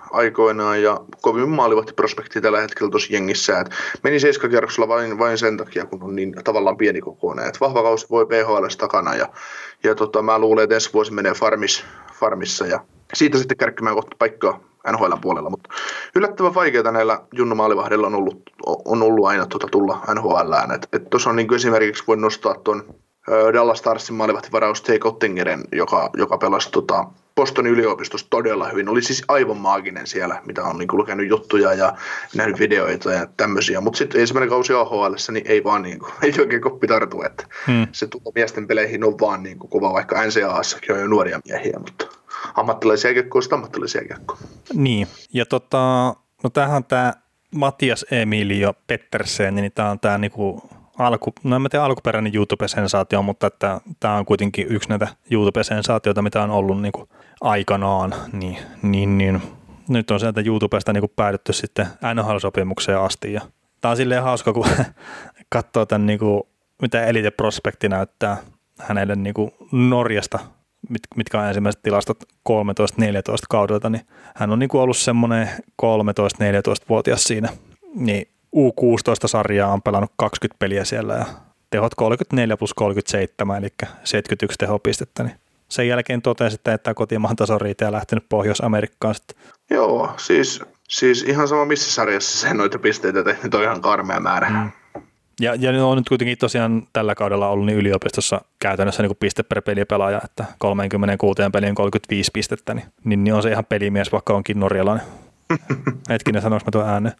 aikoinaan ja kovin maalivahtiprospekti tällä hetkellä tosi jengissä. Et meni 7-kierroksella vain sen takia, kun on niin tavallaan pienikokoinen. Et vahva kausi voi PHL:ssä takana ja mä luulen, että ensi vuosi menee farmissa ja siitä sitten kärkkimään kohta paikkaa NHL:n puolella, mutta yllättävän vaikeaa näillä junnumaalivahdilla on ollut aina tulla NHL:ään. Tuossa on niin esimerkiksi voi nostaa tuon Dallas Starsin maalivahtivaraus Jake Ottingerin, joka pelasi Bostonin yliopistossa todella hyvin. Oli siis aivan maaginen siellä, mitä on niin lukenut juttuja ja nähnyt videoita ja tämmöisiä. Mutta sitten ensimmäinen kausi AHL:ssä niin ei vaan ei oikein koppi tartu. Että se tulo miesten peleihin on vaan niin kova, vaikka NCAAssakin on jo nuoria miehiä, mutta ammattilaisia kiekkoa on ammattilaisia kiekkoa. Niin, ja no tämähän on tämä Matias Emilio Pettersen, niin tämä on tämä niinku en tiedä alkuperäinen YouTube-sensaatio, mutta tämä on kuitenkin yksi näitä YouTube-sensaatioita, mitä on ollut niinku aikanaan, niin nyt on sieltä YouTubesta niinku päädytty sitten NHL-sopimukseen asti, ja tämä on silleen hauska, kun katsoo tämän niinku, mitä Elite Prospekti näyttää hänelle niinku Norjasta, mitkä on ensimmäiset tilastot 13-14 kaudelta, niin hän on niinku ollut semmoinen 13-14-vuotias siinä, niin U16-sarjaa on pelannut 20 peliä siellä ja tehot 34 plus 37, eli 71 tehopistettä, niin sen jälkeen totesi, että kotimaan tason riitä ja lähtenyt Pohjois-Amerikkaan sitten. Joo, siis ihan sama missä sarjassa se noita pisteitä tehnyt on ihan karmea määrä. Ja ne on nyt kuitenkin tosiaan tällä kaudella ollut niin yliopistossa käytännössä niin kuin piste per pelipelaaja, että 36 peliin 35 pistettä, niin on se ihan pelimies, vaikka onkin norjalainen. Hetkinen, sanoinko mä tuon ääneen?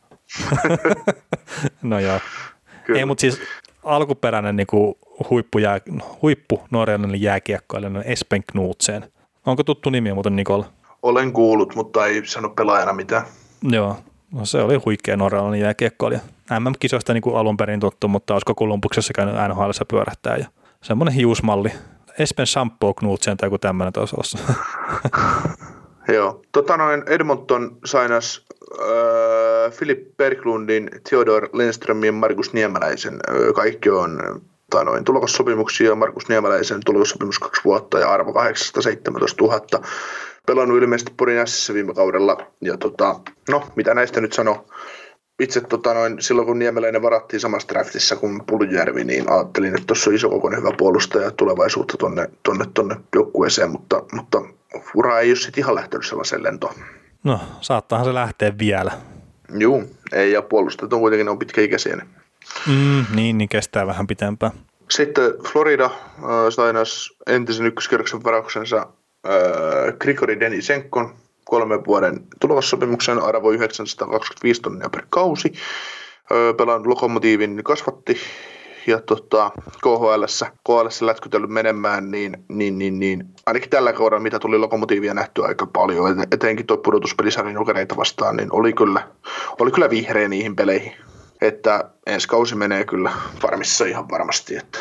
No joo. Kyllä. Ei, mutta siis alkuperäinen niin kuin huippu norjalainen jääkiekkoilija Espen Knudsen. Onko tuttu nimi muuten Nikola? Olen kuullut, mutta ei sano pelaajana mitään. Joo, no se oli huikea norjalainen jääkiekkoilija. MM-kisoista niin kuin alun perin tuttu, mutta olisiko Kolumbuksessa käynyt NHL:ssä pyörähtää ja semmoinen hiusmalli. Espen Shampoo Knudsen tai joku tämmöinen taisi olla. Joo, Edmonton sainas Filip Berglundin, Theodor Lindströmin ja Markus Niemeläisen. Kaikki on tulokassopimuksia. Markus Niemeläisen tulokassopimus 2 vuotta ja arvo 817 000. Pelannut ilmeisesti Porin S:ssä viime kaudella. Ja mitä näistä nyt sanoo? Itse silloin kun Niemeläinen varattiin samassa draftissa kuin Puljujärvi, niin ajattelin, että tuossa on isokokoinen hyvä puolustaja tulevaisuutta tonne joukkueeseen, mutta ura ei ole sitten ihan lähtenyt sellaiseen lentoon. No, saattaahan se lähteä vielä. Juu, ei, ja puolustajat on kuitenkin on pitkäikäisiä. Niin kestää vähän pitempään. Sitten Florida sainas entisen ykköskierroksen varauksensa Grigori Denisenkon 3 vuoden tulokassopimuksen, arvo 925 tonnia per kausi. Pelannut Lokomotiivin kasvatti ja KHL:ssä lätkytellyt menemään, niin ainakin tällä kaudella, mitä tuli Lokomotiivia nähty aika paljon, etenkin tuo pudotuspelisarjan Jokereita vastaan, niin oli kyllä vihreä niihin peleihin. Että ensi kausi menee kyllä farmissa ihan varmasti, että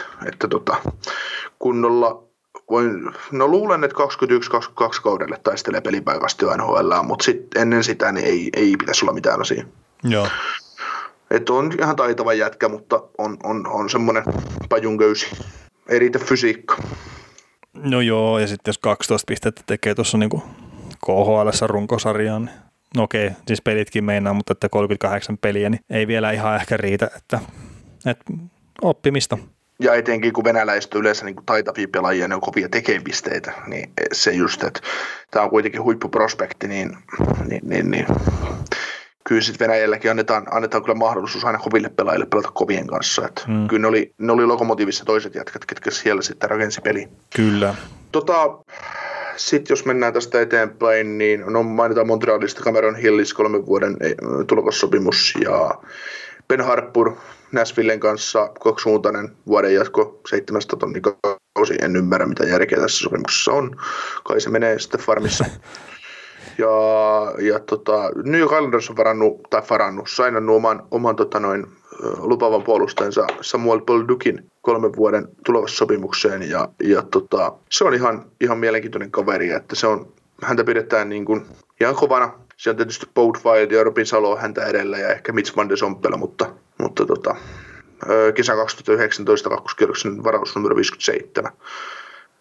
kunnolla luulen, että 21-22 kaudelle taistelee pelipaikasta jo NHL:ää, mutta sitten ennen sitä niin ei pitäisi olla mitään asiaa. Joo. Että on ihan taitava jätkä, mutta on semmoinen pajunköysi. Ei riitä fysiikka. No joo, ja sitten jos 12 pistettä tekee tuossa niin KHL:ssä runkosarjaan, niin no okei, siis pelitkin meinaa, mutta että 38 peliä, niin ei vielä ihan ehkä riitä, että oppimista. Ja etenkin kun venäläiset on yleensä niin taitavia pelaajia, ne on kovia tekee pisteitä, niin se just, että tämä on kuitenkin huippuprospekti, niin kyllä sitten Venäjälläkin annetaan kyllä mahdollisuus aina koville pelaajille pelata kovien kanssa. Että kyllä ne oli Lokomotiivissa toiset jätkät, ketkä siellä sitten rakensi peli. Kyllä. Sitten jos mennään tästä eteenpäin, niin mainitaan Montrealista Cameron Hillis 3 vuoden tulokassopimus ja Ben Harpur Nashvillen kanssa kaksisuuntainen vuoden jatko 700 tonnin kausi. En ymmärrä mitä järkeä tässä sopimuksessa on. Kai se menee sitten farmissa. Ja New York Islanders on sainannut oman lupaavan puolustajansa Samuel Boldukin 3 vuoden tulokassopimukseen ja se on ihan mielenkiintoinen kaveri, että häntä pidetään niin kuin ihan kovana. Se on tietysti Boudweild ja Robin Salo häntä edellä ja ehkä Mitch Van de Sompela, mutta kesän 2019 kakkoskierroksen varaus numero 57.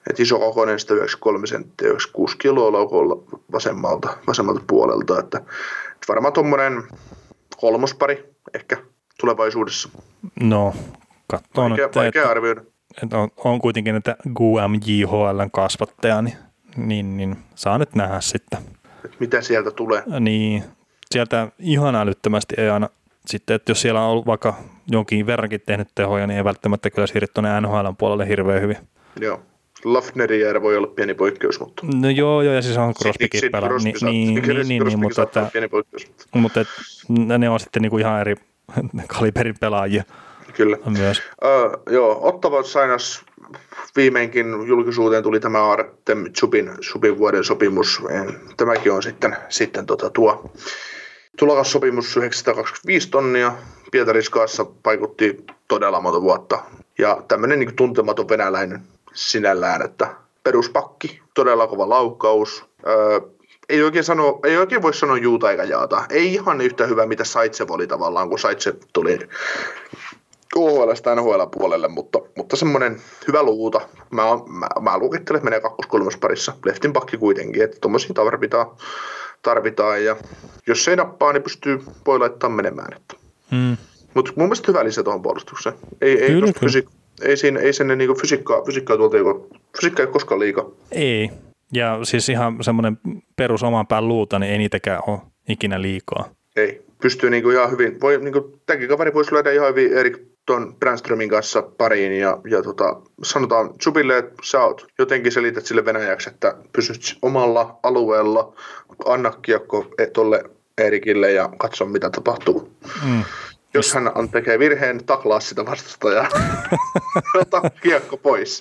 Et iso kokoinen, 193 senttiä, 96 kiloa laukolla vasemmalta puolelta. Että varmaan tuommoinen kolmospari ehkä tulevaisuudessa. No, katsotaan nyt, vaikea arvioida. On kuitenkin näitä GUM-JHL:n kasvattaja, niin saa nyt nähdä sitten. Et mitä sieltä tulee? Niin, sieltä ihan älyttömästi ei aina sitten, että jos siellä on ollut vaikka jonkin verrankin tehnyt tehoja, niin ei välttämättä kyllä siirry tuonne NHL:n puolelle hirveän hyvin. Joo. Lafneriä voi olla pieni poikkeus, mutta... No joo, ja siis on Crosbykin pelaa. Niin, mutta ne on sitten niinku ihan eri kaliberin pelaajia. Kyllä. Myös. Joo, Ottawa sainas viimeinkin julkisuuteen tuli tämä Artem Zubin vuoden sopimus. Tämäkin on sitten tuo tulokassopimus 925 tonnia. Pietariskaassa paikutti todella monta vuotta. Ja tämmöinen niin tuntematon venäläinen sinällään, että peruspakki, todella kova laukaus. Ei oikein voi sanoa juuta eikä jaata. Ei ihan yhtä hyvä, mitä Zaitsev oli tavallaan, kun Zaitsev tuli KHL:stä NHL-puolelle, mutta semmoinen hyvä luuta. Mä luukittelen, että menee 2-3 parissa. Leftin pakki kuitenkin, että tommosia tarvitaan. Ja jos ei nappaa, niin voi laittaa menemään. Mutta mun mielestä hyvä lisä tuohon puolustukseen. Ei sinne niinku fysiikkaa tuolta fysiikka ei koskaan liikaa. Ei. Ja siis ihan semmoinen perus oman pään luuta, niin ei niitäkään ole ikinä liikaa. Ei. Pystyy niinku ihan hyvin. Tämäkin kaveri voisi lyödä ihan hyvin Erik tuon Brandströmin kanssa pariin ja sanotaan Zubille, että sä jotenkin selität sille Venäjäksi, että pysyt omalla alueella, anna kiekko tuolle Erikille ja katso mitä tapahtuu. Jos hän tekee virheen, taklaa sitä vastustajaa. Ota kiekko pois.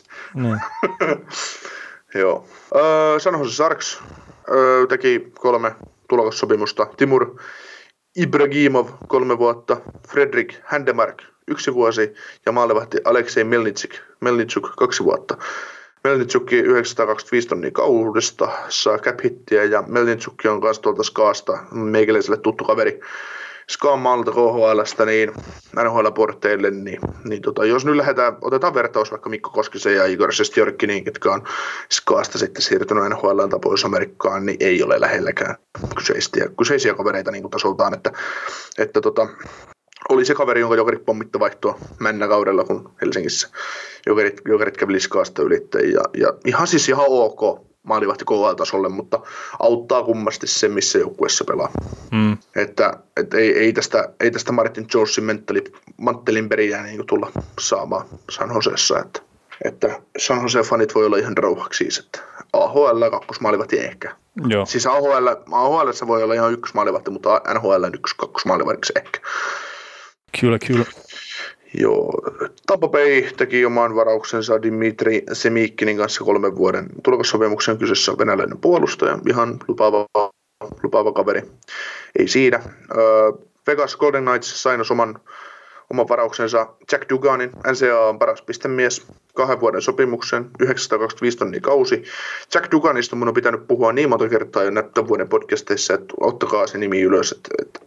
Joo. San Jose Sharks teki 3 tulokassopimusta. Timur Ibragimov 3 vuotta, Fredrik Handemark 1 vuosi ja maalivahti Aleksei Melnichuk 2 vuotta. Melnichuk 925 tonnia kaudesta, saa cap-hittiä ja Melnichuk on kanssa tuolta Skaasta, meikäläiselle tuttu kaveri. Skaan maalta KHL:stä niin NHL-porteille, niin jos nyt otetaan vertaus vaikka Mikko Koskisen ja Igor Sestjorkkiin, ketkä on Skaasta sitten siirtynyt NHL:ään tai Pohjois-Amerikkaan, niin ei ole lähelläkään kyseisiä kavereita niin kuin tasoltaan, että oli se kaveri, jonka Jokerit pommitta vaihtoa männäkaudella, kun Helsingissä Jokerit käveli Skaasta ylitteen ja ihan ok maalivahti KHL-tasolle, mutta auttaa kummasti se, missä joukkueessa pelaa. Että ei tästä Martin Jonesin manttelin periä niin tulla saamaan San Josessa. Että San Jose-fanit voi olla ihan rauhaksi siis, että AHL 2 maalivahti ehkä. Joo. Siis AHL voi olla ihan 1 maalivahti, mutta NHL 1-2 maalivahdiksi ehkä. Kyllä. Joo, Tampa Bay teki oman varauksensa Dmitri Semikkinin kanssa 3 vuoden tulokassopimuksen. Kyseessä on venäläinen puolustaja, ihan lupaava kaveri. Ei siinä. Vegas Golden Knights sainas oman varauksensa Jack Duganin, NCAA on paras pistemies, 2 vuoden sopimuksen, 925 tonnia kausi. Jack Duganista mun on pitänyt puhua niin monta kertaa jo tämän vuoden podcasteissa, että ottakaa se nimi ylös.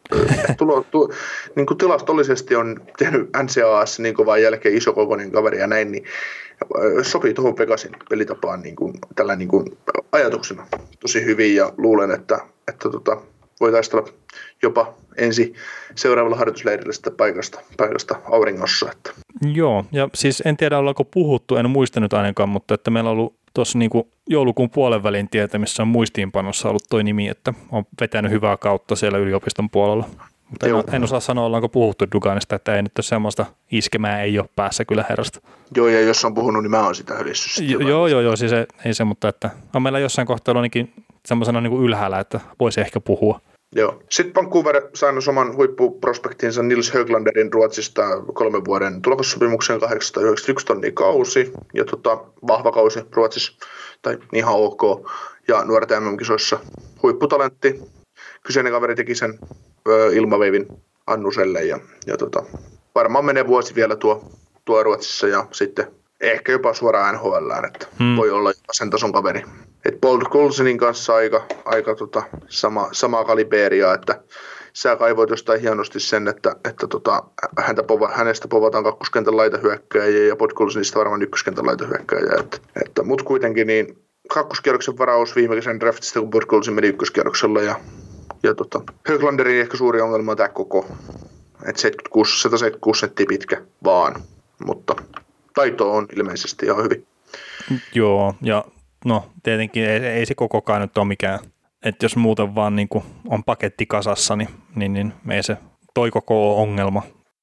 Niin kuin tilastollisesti on tehnyt NCAAssa niin kovaa jälkeen isokokoinen kaveri ja näin, niin sopii tuohon Vegasin pelitapaan tällä ajatuksena tosi hyvin ja luulen, että voi taistella jopa seuraavalla harjoitusleirillä sitä paikasta auringossa. Että. Joo, ja siis en tiedä ollaanko puhuttu, en muista nyt ainakaan, mutta että meillä on ollut tuossa joulukuun puolen välin tietämissä on muistiinpanossa ollut toi nimi, että on vetänyt hyvää kautta siellä yliopiston puolella. Mutta en osaa sanoa, ollaanko puhuttu Duganista, että ei nyt ole semmoista iskemää ei ole päässä kyllä herrasta. Joo, ja jos on puhunut, niin mä oon sitä hölissyt. Joo, siis ei se, mutta että on meillä jossain kohtaa ainakin semmoisena ylhäällä, että voisi ehkä puhua. Joo. Sitten Vancouver saanut oman huippuprospektinsa Nils Höglanderin Ruotsista 3 vuoden tulokassopimuksen 891 tonnia kausi ja vahva kausi Ruotsissa, tai ihan ok, ja nuorten MM-kisoissa huipputalentti. Kyseinen kaveri teki sen ilmaveivin Annuselle ja varmaan menee vuosi vielä tuo Ruotsissa ja sitten ehkä jopa suoraan NHL:ään, että voi olla jopa sen tason kaveri. Et Paul Coulsonin kanssa aika samaa kaliberia, että sä kaivoit jostain hienosti sen, että hänestä povataan kakkoskentän laitahyökkääjiä ja Podkolzinista varmaan ykköskentän laitahyökkääjiä. Mutta kuitenkin niin kakkoskierroksen varaus viime kesän draftista, kun Podkolzin meni ykköskierroksella ja Höglanderin ehkä suuri ongelma on tämä koko, että 176 senttiä pitkä vaan, mutta taito on ilmeisesti ihan hyvin. Joo, ja no tietenkin ei se kokokaan nyt ole mikään, että jos muuten vaan niin kuin on paketti kasassa, niin ei se toi koko ole ongelma.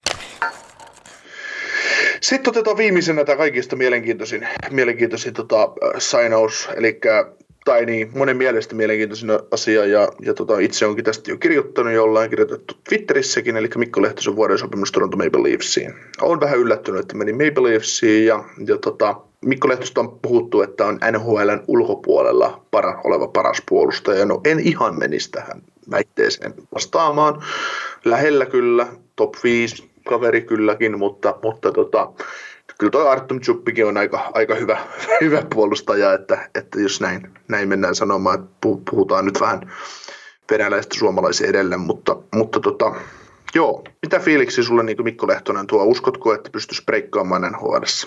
Sitten otetaan viimeisenä tämä kaikista mielenkiintoisin signaus, monen mielestä mielenkiintoisin asia, ja itse onkin tästä jo kirjoittanut, jollain kirjoitettu Twitterissäkin, eli Mikko Lehtosen vuoden sopimus Toronto Maple Leafsiin. Olen vähän yllättynyt, että meni Maple Leafsiin, ja Mikko Lehtosta on puhuttu, että on NHL:n ulkopuolella oleva paras puolustaja. No en ihan menisi tähän väitteeseen vastaamaan. Lähellä kyllä, top 5 kaveri kylläkin, mutta kyllä tuo Artem Tšuppikin on aika hyvä puolustaja, että jos näin mennään sanomaan, että puhutaan nyt vähän venäläistä suomalaisia edelle, mutta joo, mitä fiiliksi sulle niin Mikko Lehtonen tuo? Uskotko, että pystyisi breikkaamaan NHL:ssä?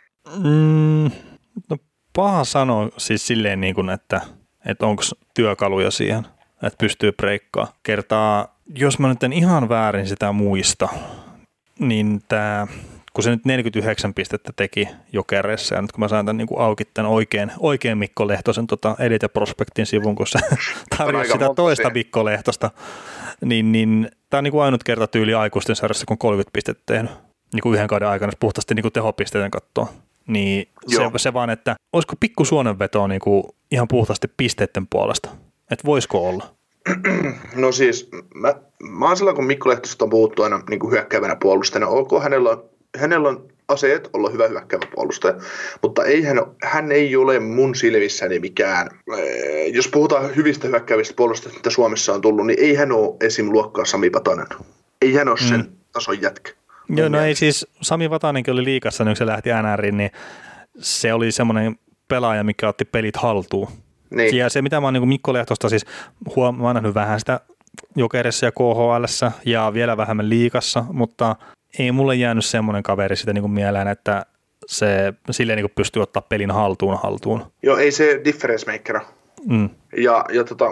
No paha sanoa siis silleen, niin kuin, että onko työkaluja siihen, että pystyy breikkaamaan. Kertaa, jos mä nyt en ihan väärin sitä muista, niin kun se nyt 49 pistettä teki Jokereissa, ja nyt kun mä saan tämän niin kuin auki tämän oikein Mikko Lehtosen Elite Prospectin sivun, kun se tarjosi sitä toista Mikko Lehtosta, niin tämä on niin kuin ainut kerta tyyli aikuisten sarjassa, kun 30 pistettä tehnyt niin kuin yhden kauden aikana, jos puhtaasti niin kuin tehopisteiden kattoo. Niin se vaan, että olisiko pikku suonenvetoa niin kuin ihan puhtaasti pisteiden puolesta, että voisiko olla? No siis, mä oon silloin, kun Mikko Lehtosta on puhuttu aina niin kuin hyökkäävänä puolustajana, hänellä on aseet olla hyvä hyökkäävä puolustaja, mutta hän ei ole mun silmissäni mikään, jos puhutaan hyvistä hyökkäävistä puolustajista, mitä Suomessa on tullut, niin ei hän ole esim. Luokkaa Sami Vatanen. Ei hän ole sen tason jätkä. Joo, no ei siis, Sami Vatanenkin oli liigassa, niin kun se lähti NRiin, niin se oli semmoinen pelaaja, mikä otti pelit haltuun. Niin. Ja se, mitä mä oon niin Mikko Lehtosta, siis mä oon nähnyt vähän sitä Jokerissa ja KHL:ssä ja vielä vähemmän liigassa, mutta ei mulle jäänyt semmoinen kaveri sitä niin kuin mieleen, että se silleen niin kuin pystyy ottaa pelin haltuun. Joo, ei se difference maker. Ja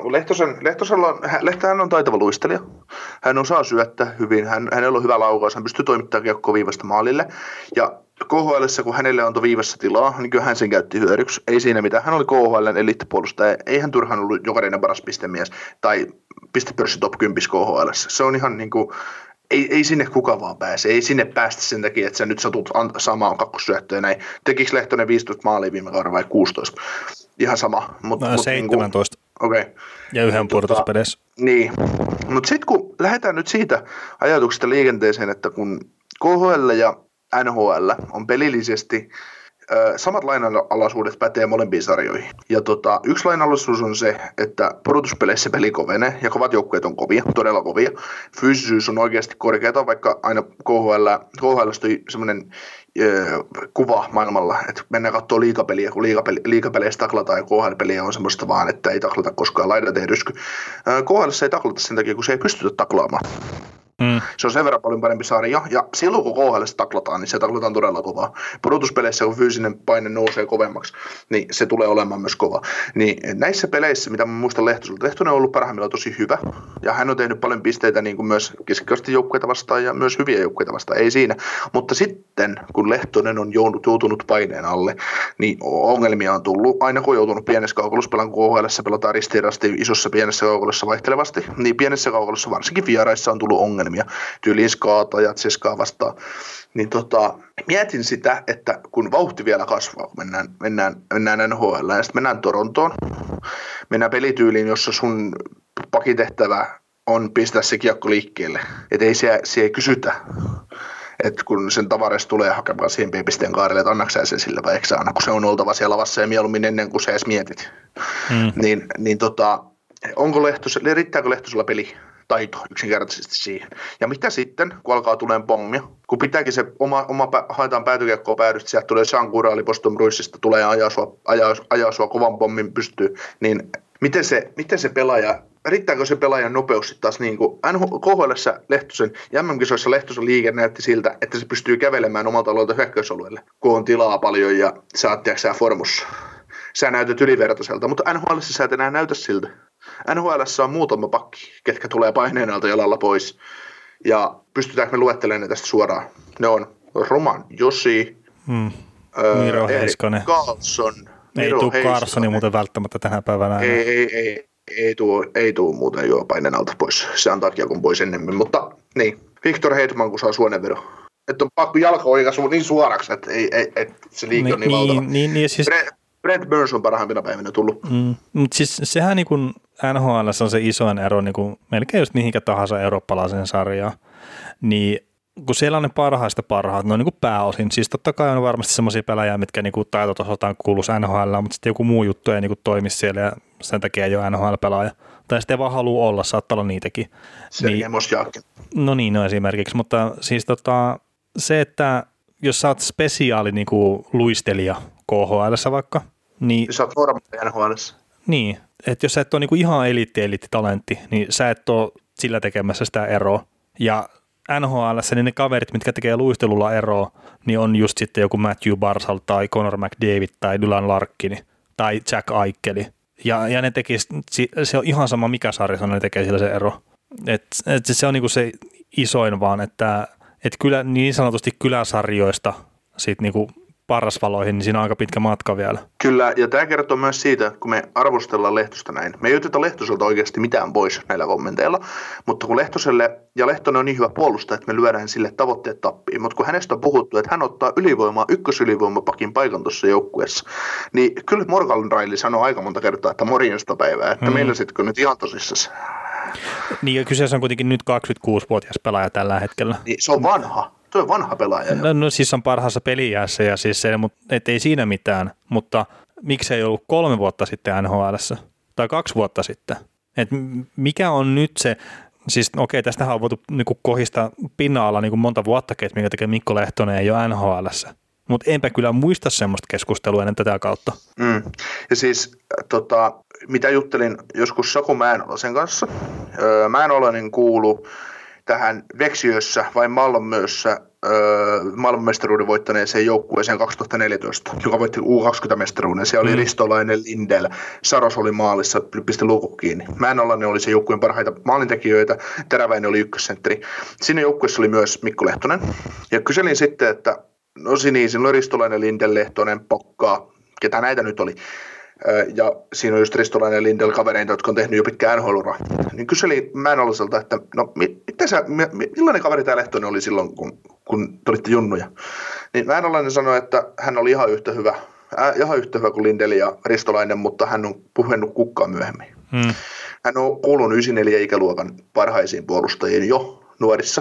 Lehtonen on taitava luistelija. Hän osaa syöttää hyvin, hänellä on hyvä laukaus, hän pystyy toimittamaan kiekkoa viivasta maalille. Ja KHL:ssä, kun hänelle antoi viivassa tilaa, niin kyllä hän sen käytti hyödyksi. Ei siinä mitään. Hän oli KHL:n elittipuolustaja. Ei hän turhaan ollut Jokereiden paras pistemies tai pistepörssi top 10 KHL:ssä. Se on ihan niin kuin, ei sinne kuka vaan pääse. Ei sinne päästä sen takia, että sä nyt satut saamaan kakkossyöttöä näin. Tekikö Lehtonen 15 maalia viime kaudella vai 16? Ihan sama. 17. Okei. Ja yhden pudotuspeleissä. Niin. Mutta sitten kun lähdetään nyt siitä ajatuksesta liikenteeseen, että kun KHL ja NHL on pelillisesti samat lainalaisuudet pätee molempiin sarjoihin. Ja yksi lainalaisuus on se, että pudotuspeleissä peli kovenee ja kovat joukkueet on kovia, todella kovia. Fyysisyys on oikeasti korkeata, vaikka aina KHL tuli semmoinen kuva maailmalla, että mennään katsoa liigapeliä, kun liigapeleissä taklataan ja KHL-peliä on semmoista vaan, että ei taklata koskaan laidat ei rysky. KHL:ssä ei taklata sen takia, kun se ei pystytä taklaamaan. Se on sen verran paljon parempi sarja, ja silloin kun KHL:ssä taklataan, niin se taklataan todella kovaa. Pudotuspeleissä, kun fyysinen paine nousee kovemmaksi, niin se tulee olemaan myös kova. Niin näissä peleissä, mitä mä muistan Lehtoselta, Lehtonen on ollut parhaimmillaan tosi hyvä, ja hän on tehnyt paljon pisteitä niin kuin myös keskikäisten joukkueita vastaan ja myös hyviä joukkueita vastaan, ei siinä. Mutta sitten, kun Lehtonen on joutunut paineen alle, niin ongelmia on tullut. Aina kun on joutunut pienessä kaukolossa pelaan, kun KHL:ssä pelataan ristirasti isossa pienessä kaukolossa vaihtelevasti, niin pienessä kaukolossa varsinkin vieraissa on tullut ongelmia. Tyyliin Skaata ja Tseskaa vastaan, niin mietin sitä, että kun vauhti vielä kasvaa, kun mennään NHL ja sitten mennään Torontoon, mennään pelityyliin, jossa sun pakitehtävä on pistää se kiekko liikkeelle, että ei kysytä, että kun sen Tavares tulee hakemaan siihen pisteen kaarelle, että annaks sä sen sillä vai eikö sä anna, kun se on oltava siellä lavassa ja mieluummin ennen kuin sä edes mietit, riittääkö Lehtosella peli? Taito yksinkertaisesti siihen. Ja mitä sitten, kun alkaa tulemaan pommia, kun pitääkin se haetaan päätykiekkoa päädystä, sieltä tulee Shankuraali Boston Bruinsista, tulee ajaa sua kovan pommin pystyy, niin miten se pelaaja riittääkö se pelaajan nopeus sitten taas niin kuin KHL:ssä Lehtosen ja MM-kisoissa Lehtosen liike näytti siltä, että se pystyy kävelemään omalta alueelta hyökkäysalueelle, kun on tilaa paljon ja sä oot formussa. Sä näytät ylivertaiselta, mutta NHL:ssä sä et enää näytä siltä. NHL:ssä on muutama pakki, ketkä tulee paineen alta jalalla pois. Ja pystytäänkö me luettelemaan ne tästä suoraan? Ne on Roman Josi, Miro Heiskanen. Carlson. Ei tule Carlsoni muuten välttämättä tänä päivänä. Ei tuu muuten jo paineen alta pois. Se antaa kiekon pois ennemmin, mutta niin. Victor Hedman, kun saa suonenvedon. Että on pakko jalka oikaisu niin suoraksi, että se liike on niin valtava. Niin, siis Brent Burns on parhaimpina päivinä tullut. Mutta siis sehän niin kuin NHL:ssä on se isoin ero niin kuin melkein just mihinkä tahansa eurooppalaisen sarjaan. Niin kun siellä on ne parhaista parhaat, ne on niin kuin pääosin. Siis totta kai on varmasti semmoisia pelaajia, mitkä niin kuin taitotasoltaan kuuluisi NHL, mutta sitten joku muu juttu ei niin kuin toimi siellä ja sen takia ei ole NHL-pelaaja. Tai sitten ei vaan halua olla, saattaa olla niitäkin. Sergei Mosjaakin. No niin, no esimerkiksi, mutta siis se, että jos sä oot spesiaali niin kuin luistelija KHL:ssä vaikka, niin sä oot normaali NHL:ssä. Niin, että jos sä et ole niin kuin ihan eliitti-talentti, niin sä et ole sillä tekemässä sitä eroa. Ja NHL:ssä niin ne kaverit, mitkä tekee luistelulla eroa, niin on just sitten joku Matthew Barzal tai Connor McDavid tai Dylan Larkin tai Jack Eichel. Ja ne tekis, se on ihan sama mikä sarjassa ne tekee sillä se ero. Et se on niinku se isoin vaan, että kyllä niin sanotusti kyläsarjoista sit niinku parasvaloihin, niin siinä on aika pitkä matka vielä. Kyllä, ja tämä kertoo myös siitä, että kun me arvostellaan Lehtosta näin, me ei oteta Lehtoselta oikeasti mitään pois näillä kommenteilla, mutta kun Lehtonen on niin hyvä puolustaja, että me lyödään sille tavoitteet tappiin, mutta kun hänestä on puhuttu, että hän ottaa ykkösylivoimapakin paikan tuossa joukkueessa, niin kyllä Morgan Riley sanoi aika monta kertaa, että morjesta päivää, että meillä sitkö nyt ihan tosissaan. Niin, ja kyseessä on kuitenkin nyt 26-vuotias pelaaja tällä hetkellä. Niin, se on vanha. Tuo on vanha pelaaja. No siis on parhaassa peliässä ja siis se, et ei siinä mitään, mutta miksei ollut 3 vuotta sitten NHL:ssä tai 2 vuotta sitten. Et mikä on nyt se, siis okei, tästähän on voitu niinku kohista pinna-alla niinku monta vuottakin, että minkä tekee Mikko Lehtonen ei ole NHL:ssä. Mutta enpä kyllä muista semmoista keskustelua ennen tätä kautta. Ja siis mitä juttelin joskus Saku Mäenolaisen kanssa. Mäenolainen kuului tähän Veksiössä vai Malmössä maailmanmestaruuden voittaneeseen joukkueeseen 2014, joka voitti U20-mestaruuden. Siellä oli Ristolainen, Lindell, Saros oli maalissa, pisti luku kiinni. Mäenolainen oli se joukkueen parhaita maalintekijöitä, Teräväinen oli ykkössentteri. Siinä joukkueessa oli myös Mikko Lehtonen. Ja kyselin sitten, että no siinä oli Ristolainen, Lindell, Lehtonen, Pokkaa, ketä näitä nyt oli. Ja siinä on just Ristolainen ja Lindell kavereita, jotka on tehnyt jo pitkään NHL-uraa. Niin kyselin Mäenolaiselta, että no millainen kaveri tämä Lehtonen oli silloin, kun te olitte junnuja. Niin Mäenolainen sanoi, että hän oli ihan yhtä hyvä kuin Lindell ja Ristolainen, mutta hän on puhunut kukkaa myöhemmin. Hän on kuulunut 94 ikäluokan parhaisiin puolustajiin jo nuorissa.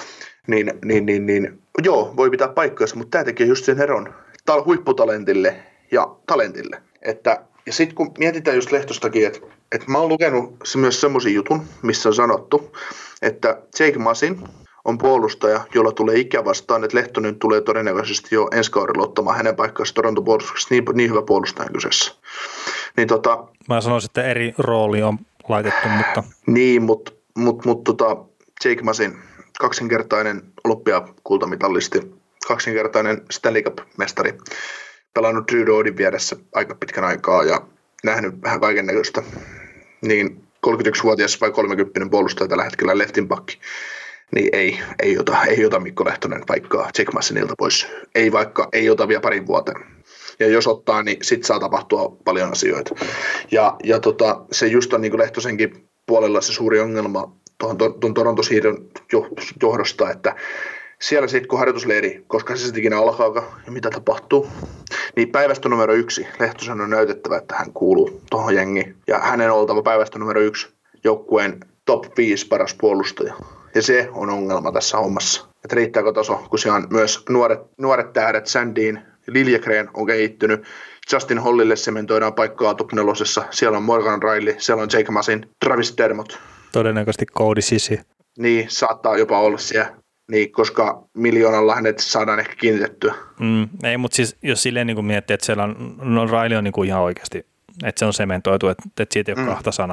Niin joo, voi pitää paikkansa, mutta tämä tekee just sen eron huipputalentille ja talentille. Ja sitten kun mietitään just Lehtostakin, että mä oon lukenut myös semmoisen jutun, missä on sanottu, että Jake Masin on puolustaja, jolla tulee ikä vastaan, että Lehtonen tulee todennäköisesti jo ensi kaudella ottamaan hänen paikkansa Toronton puolustuksessa niin hyvä puolustajan kyseessä. Niin mä sanoisin, että eri rooli on laitettu, mutta niin, mutta Jake Masin, kaksinkertainen olympiakultamitalisti, kaksinkertainen Stanley Cup-mestari, pelannut Drew Doodin vieressä aika pitkän aikaa ja nähnyt vähän kaiken näköistä. Niin 31-vuotias vai 30 puolustaja tällä hetkellä leftin pakki, niin ei ota Mikko Lehtonen paikkaa Jake Massinilta pois. Ei ota vielä parin vuoteen. Ja jos ottaa, niin sit saa tapahtua paljon asioita. Ja se just on niin kuin Lehtosenkin puolella se suuri ongelma tuon Toronton siirron johdosta, että siellä sitten kun harjoitusleiri, koska se sitten ikinä alkaakaan ja mitä tapahtuu, niin päivästö numero 1, Lehtosen on näytettävä, että hän kuuluu tuohon jengiin. Ja hänen on oltava päivästö numero 1 joukkueen top 5 paras puolustaja. Ja se on ongelma tässä hommassa. Että riittääkö taso, kun siellä on myös nuoret tähdet, Sandin, Liljegren on kehittynyt. Justin Hollille sementoidaan paikkaa top 4. Siellä on Morgan Riley, siellä on Jake Masin, Travis Dermott. Todennäköisesti Cody Ceci. Niin, saattaa jopa olla siellä. Niin, koska miljoonalla hänet saadaan ehkä kiinnitettyä. Ei, mutta siis jos silleen niin miettii, että siellä on, Riley on niin kuin ihan oikeasti, että se on sementoitu, että siitä ei ole kahta sanaa.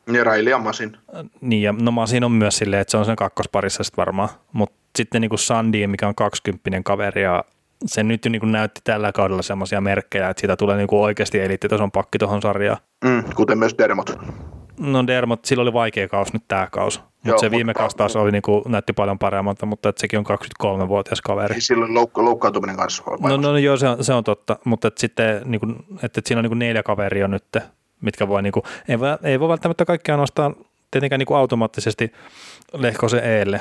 Ja Riley ja Masin. Niin, ja no Masin on myös silleen, että se on sen kakkosparissa sitten varmaan, mutta sitten niin kuin Sandy, mikä on 20 kaveri, ja se nyt jo niin kuin näytti tällä kaudella semmoisia merkkejä, että siitä tulee niin kuin oikeasti eliittitason pakki tuohon sarjaan. Kuten myös Dermot. No Dermot, sillä oli vaikea kausi nyt tämä kausi, mutta se viime kausi taas oli, niin kuin, näytti paljon paremmalta, mutta että sekin on 23-vuotias kaveri. Silloin loukkaantuminen kanssa. No joo, se on totta, mutta että sitten niin kuin, että siinä on niin kuin 4 kaveria nyt, mitkä voi, niin kuin, ei voi välttämättä kaikkea nostaa tietenkään niin kuin automaattisesti Lehtosen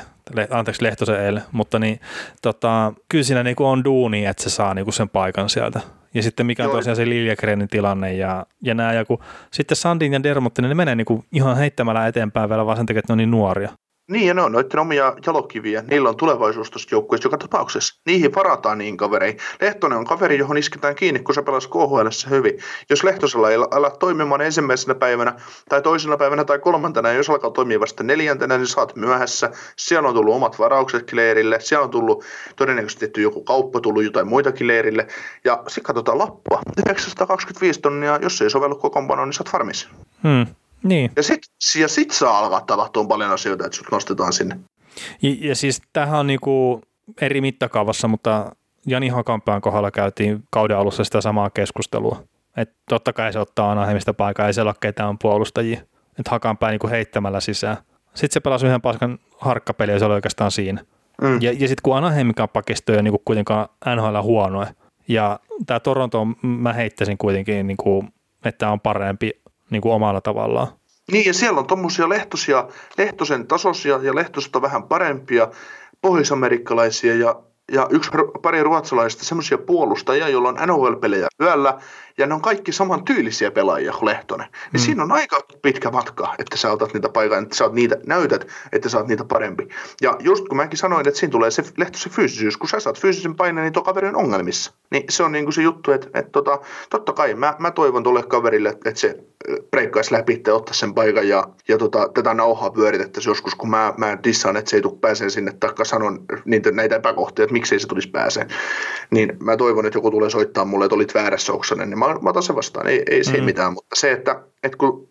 eelle, mutta niin, kyllä siinä niin kuin on duuni, että se saa niin kuin sen paikan sieltä. Ja sitten mikä on tosiaan se Liljegrenin tilanne ja nämä joku, sitten Sandin ja Dermottinen, ne menee niin kuin ihan heittämällä eteenpäin vielä vaan sen takia, että ne on niin nuoria. Niin, ja ne on noiden omia jalokiviä. Niillä on tulevaisuus tuosta joukkueesta joka tapauksessa. Niihin varataan niin kavereihin. Lehtonen on kaveri, johon isketään kiinni, kun se pelasi KHL:ssä hyvin. Jos Lehtosella ei ala toimimaan ensimmäisenä päivänä, tai toisena päivänä, tai kolmantena, ja jos alkaa toimia vasta 4, niin saat myöhässä. Siellä on tullut omat varaukset leirille. Siellä on tullut todennäköisesti tehty joku kauppa, tullut jotain muitakin leirille. Ja sitten katsotaan lappua. 925 tonnia, jos ei sovellu kokoonpanoon, niin sä oot farmissa. Niin. Ja sit saa alkaa tapahtua paljon asioita, että sut nostetaan sinne. Ja siis tämähän on niinku eri mittakaavassa, mutta Jani Hakanpään kohdalla käytiin kauden alussa sitä samaa keskustelua. Että totta kai se ottaa Anaheimista paikaa, ei siellä ole ketään puolustajia. Että Hakanpää niinku heittämällä sisään. Sitten se pelasi yhden paskan harkkapeliä ja se oli oikeastaan siinä. Ja sitten kun Anaheimikaan pakisto ei ole niinku kuitenkaan NHL huonoa. Ja tämä Toronto, mä heittäisin kuitenkin, niinku, että on parempi niinku omalla tavallaan. Niin, ja siellä on tommosia Lehtosen tasoisia ja Lehtosesta vähän parempia pohjoisamerikkalaisia ja pari ruotsalaista semmoisia puolustajia, joilla on NHL-pelejä yöllä, ja ne on kaikki saman tyylisiä pelaajia kuin Lehtonen. Niin siinä on aika pitkä matka, että sä otat niitä paikkaa, että sä oot niitä, näytät, että sä oot niitä parempi. Ja just kun mäkin sanoin, että siinä tulee se Lehtosen fyysisyys, kun sä saat fyysisen paineen, niin tuo kaveri on ongelmissa. Niin se on niinku se juttu, että totta kai mä toivon tuolle kaverille, että se breikkaisi läpi ja ottaisi sen paikan ja tätä nauhaa pyöritettäisiin joskus, kun mä dissaan, että se ei tule pääsee sinne, taikka sanon näitä epäkohtia, että miksei se tulisi pääseen. Niin mä toivon, että joku tulee soittaa mulle, että olit väärässä Oksanen, niin mä otan se vastaan, ei se mitään, mutta se, että kun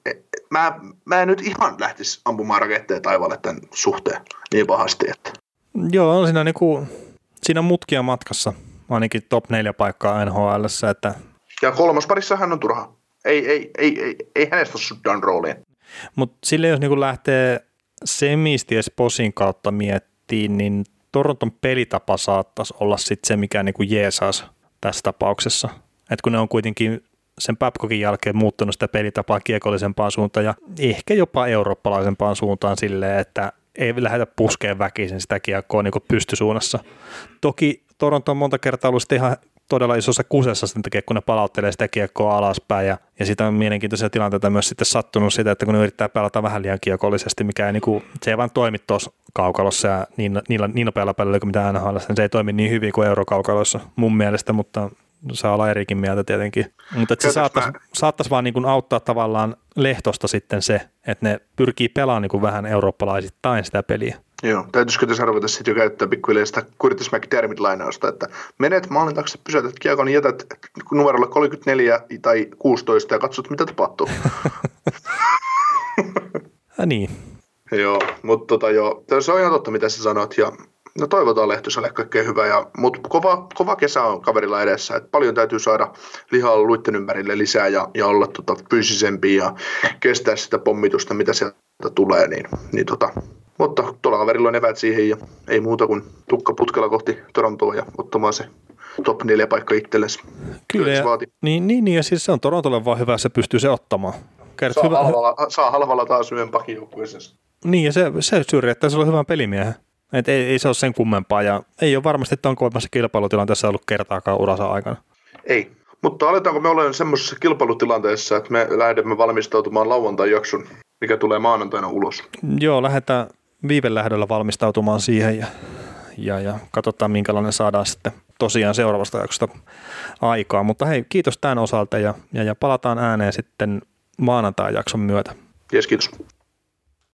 mä en nyt ihan lähtisi ampumaan raketteja taivaalle tämän suhteen niin pahasti, että. Joo, on siinä on mutkia matkassa, ainakin top 4 paikkaa NHL:ssä, että. Ja 3. parissa hän on turha. Ei hänestä ole shutdown rooliin. Mutta sille jos niinku lähtee semisties posin kautta miettiin, niin Toronton pelitapa saattaisi olla sitten se, mikä niinku jeesaisi tässä tapauksessa. Et kun ne on kuitenkin sen Babcockin jälkeen muuttanut sitä pelitapaa kiekollisempaan suuntaan ja ehkä jopa eurooppalaisempaan suuntaan silleen, että ei lähdetä puskeen väkisin sitä kiekkoa niin pystysuunnassa. Toki Toronto on monta kertaa ollut ihan todella isossa kusessa sen takia, kun ne palauttelee sitä kiekkoa alaspäin ja sitä on mielenkiintoisia tilanteita myös sitten sattunut sitä, että kun ne yrittää pelata vähän liian kiekollisesti, mikä ei, niin kuin, se ei vaan toimi tuossa kaukalossa ja niin nopealla pelillä kuin mitä NHL, se ei toimi niin hyvin kuin eurokaukaloissa mun mielestä, mutta saa olla erikin mieltä tietenkin. Mutta se saattaisi vaan niin kuin auttaa tavallaan Lehtosta sitten se, että ne pyrkii pelaamaan niin kuin vähän eurooppalaisittain sitä peliä. Joo, täytyisikö tässä arvata sitten jo käyttää pikkuhiljaa sitä Curtis McDermott-lainausta, että menet maalin taakse, pysäytät kiekon, jätät numerolle 34 tai 16 ja katsot, mitä tapahtuu. Niin. Joo, mutta se on ihan totta, mitä sä sanot, ja no toivotaan Lehtoselle kaikkea hyvää, mutta kova kesä on kaverilla edessä, että paljon täytyy saada lihaa luitten ympärille lisää ja olla fyysisempi ja kestää sitä pommitusta, mitä sieltä tulee, mutta tuolla kaverilla on eväät siihen ja ei muuta kuin tukka putkella kohti Torontoa ja ottamaan se top 4 paikka itsellesi. Kyllä, ja siis se on Torontolle vaan hyvä, että se pystyy se ottamaan. Saa halvalla taas yhden pakin joukkueeseen. Niin, ja se syrjättää sulla hyvän pelimiehen. Et ei se ole sen kummempaa, ja ei ole varmasti tuon kovemmassa kilpailutilanteessa ollut kertaakaan uransa aikana. Ei, mutta aletaanko me olemaan semmoisessa kilpailutilanteessa, että me lähdemme valmistautumaan lauantai-jakson, mikä tulee maanantaina ulos? Joo, lähdetään viivelähdöllä valmistautumaan siihen, ja katsotaan minkälainen saadaan sitten tosiaan seuraavasta jaksosta aikaa. Mutta hei, kiitos tämän osalta, ja palataan ääneen sitten maanantai-jakson myötä. Yes, kiitos.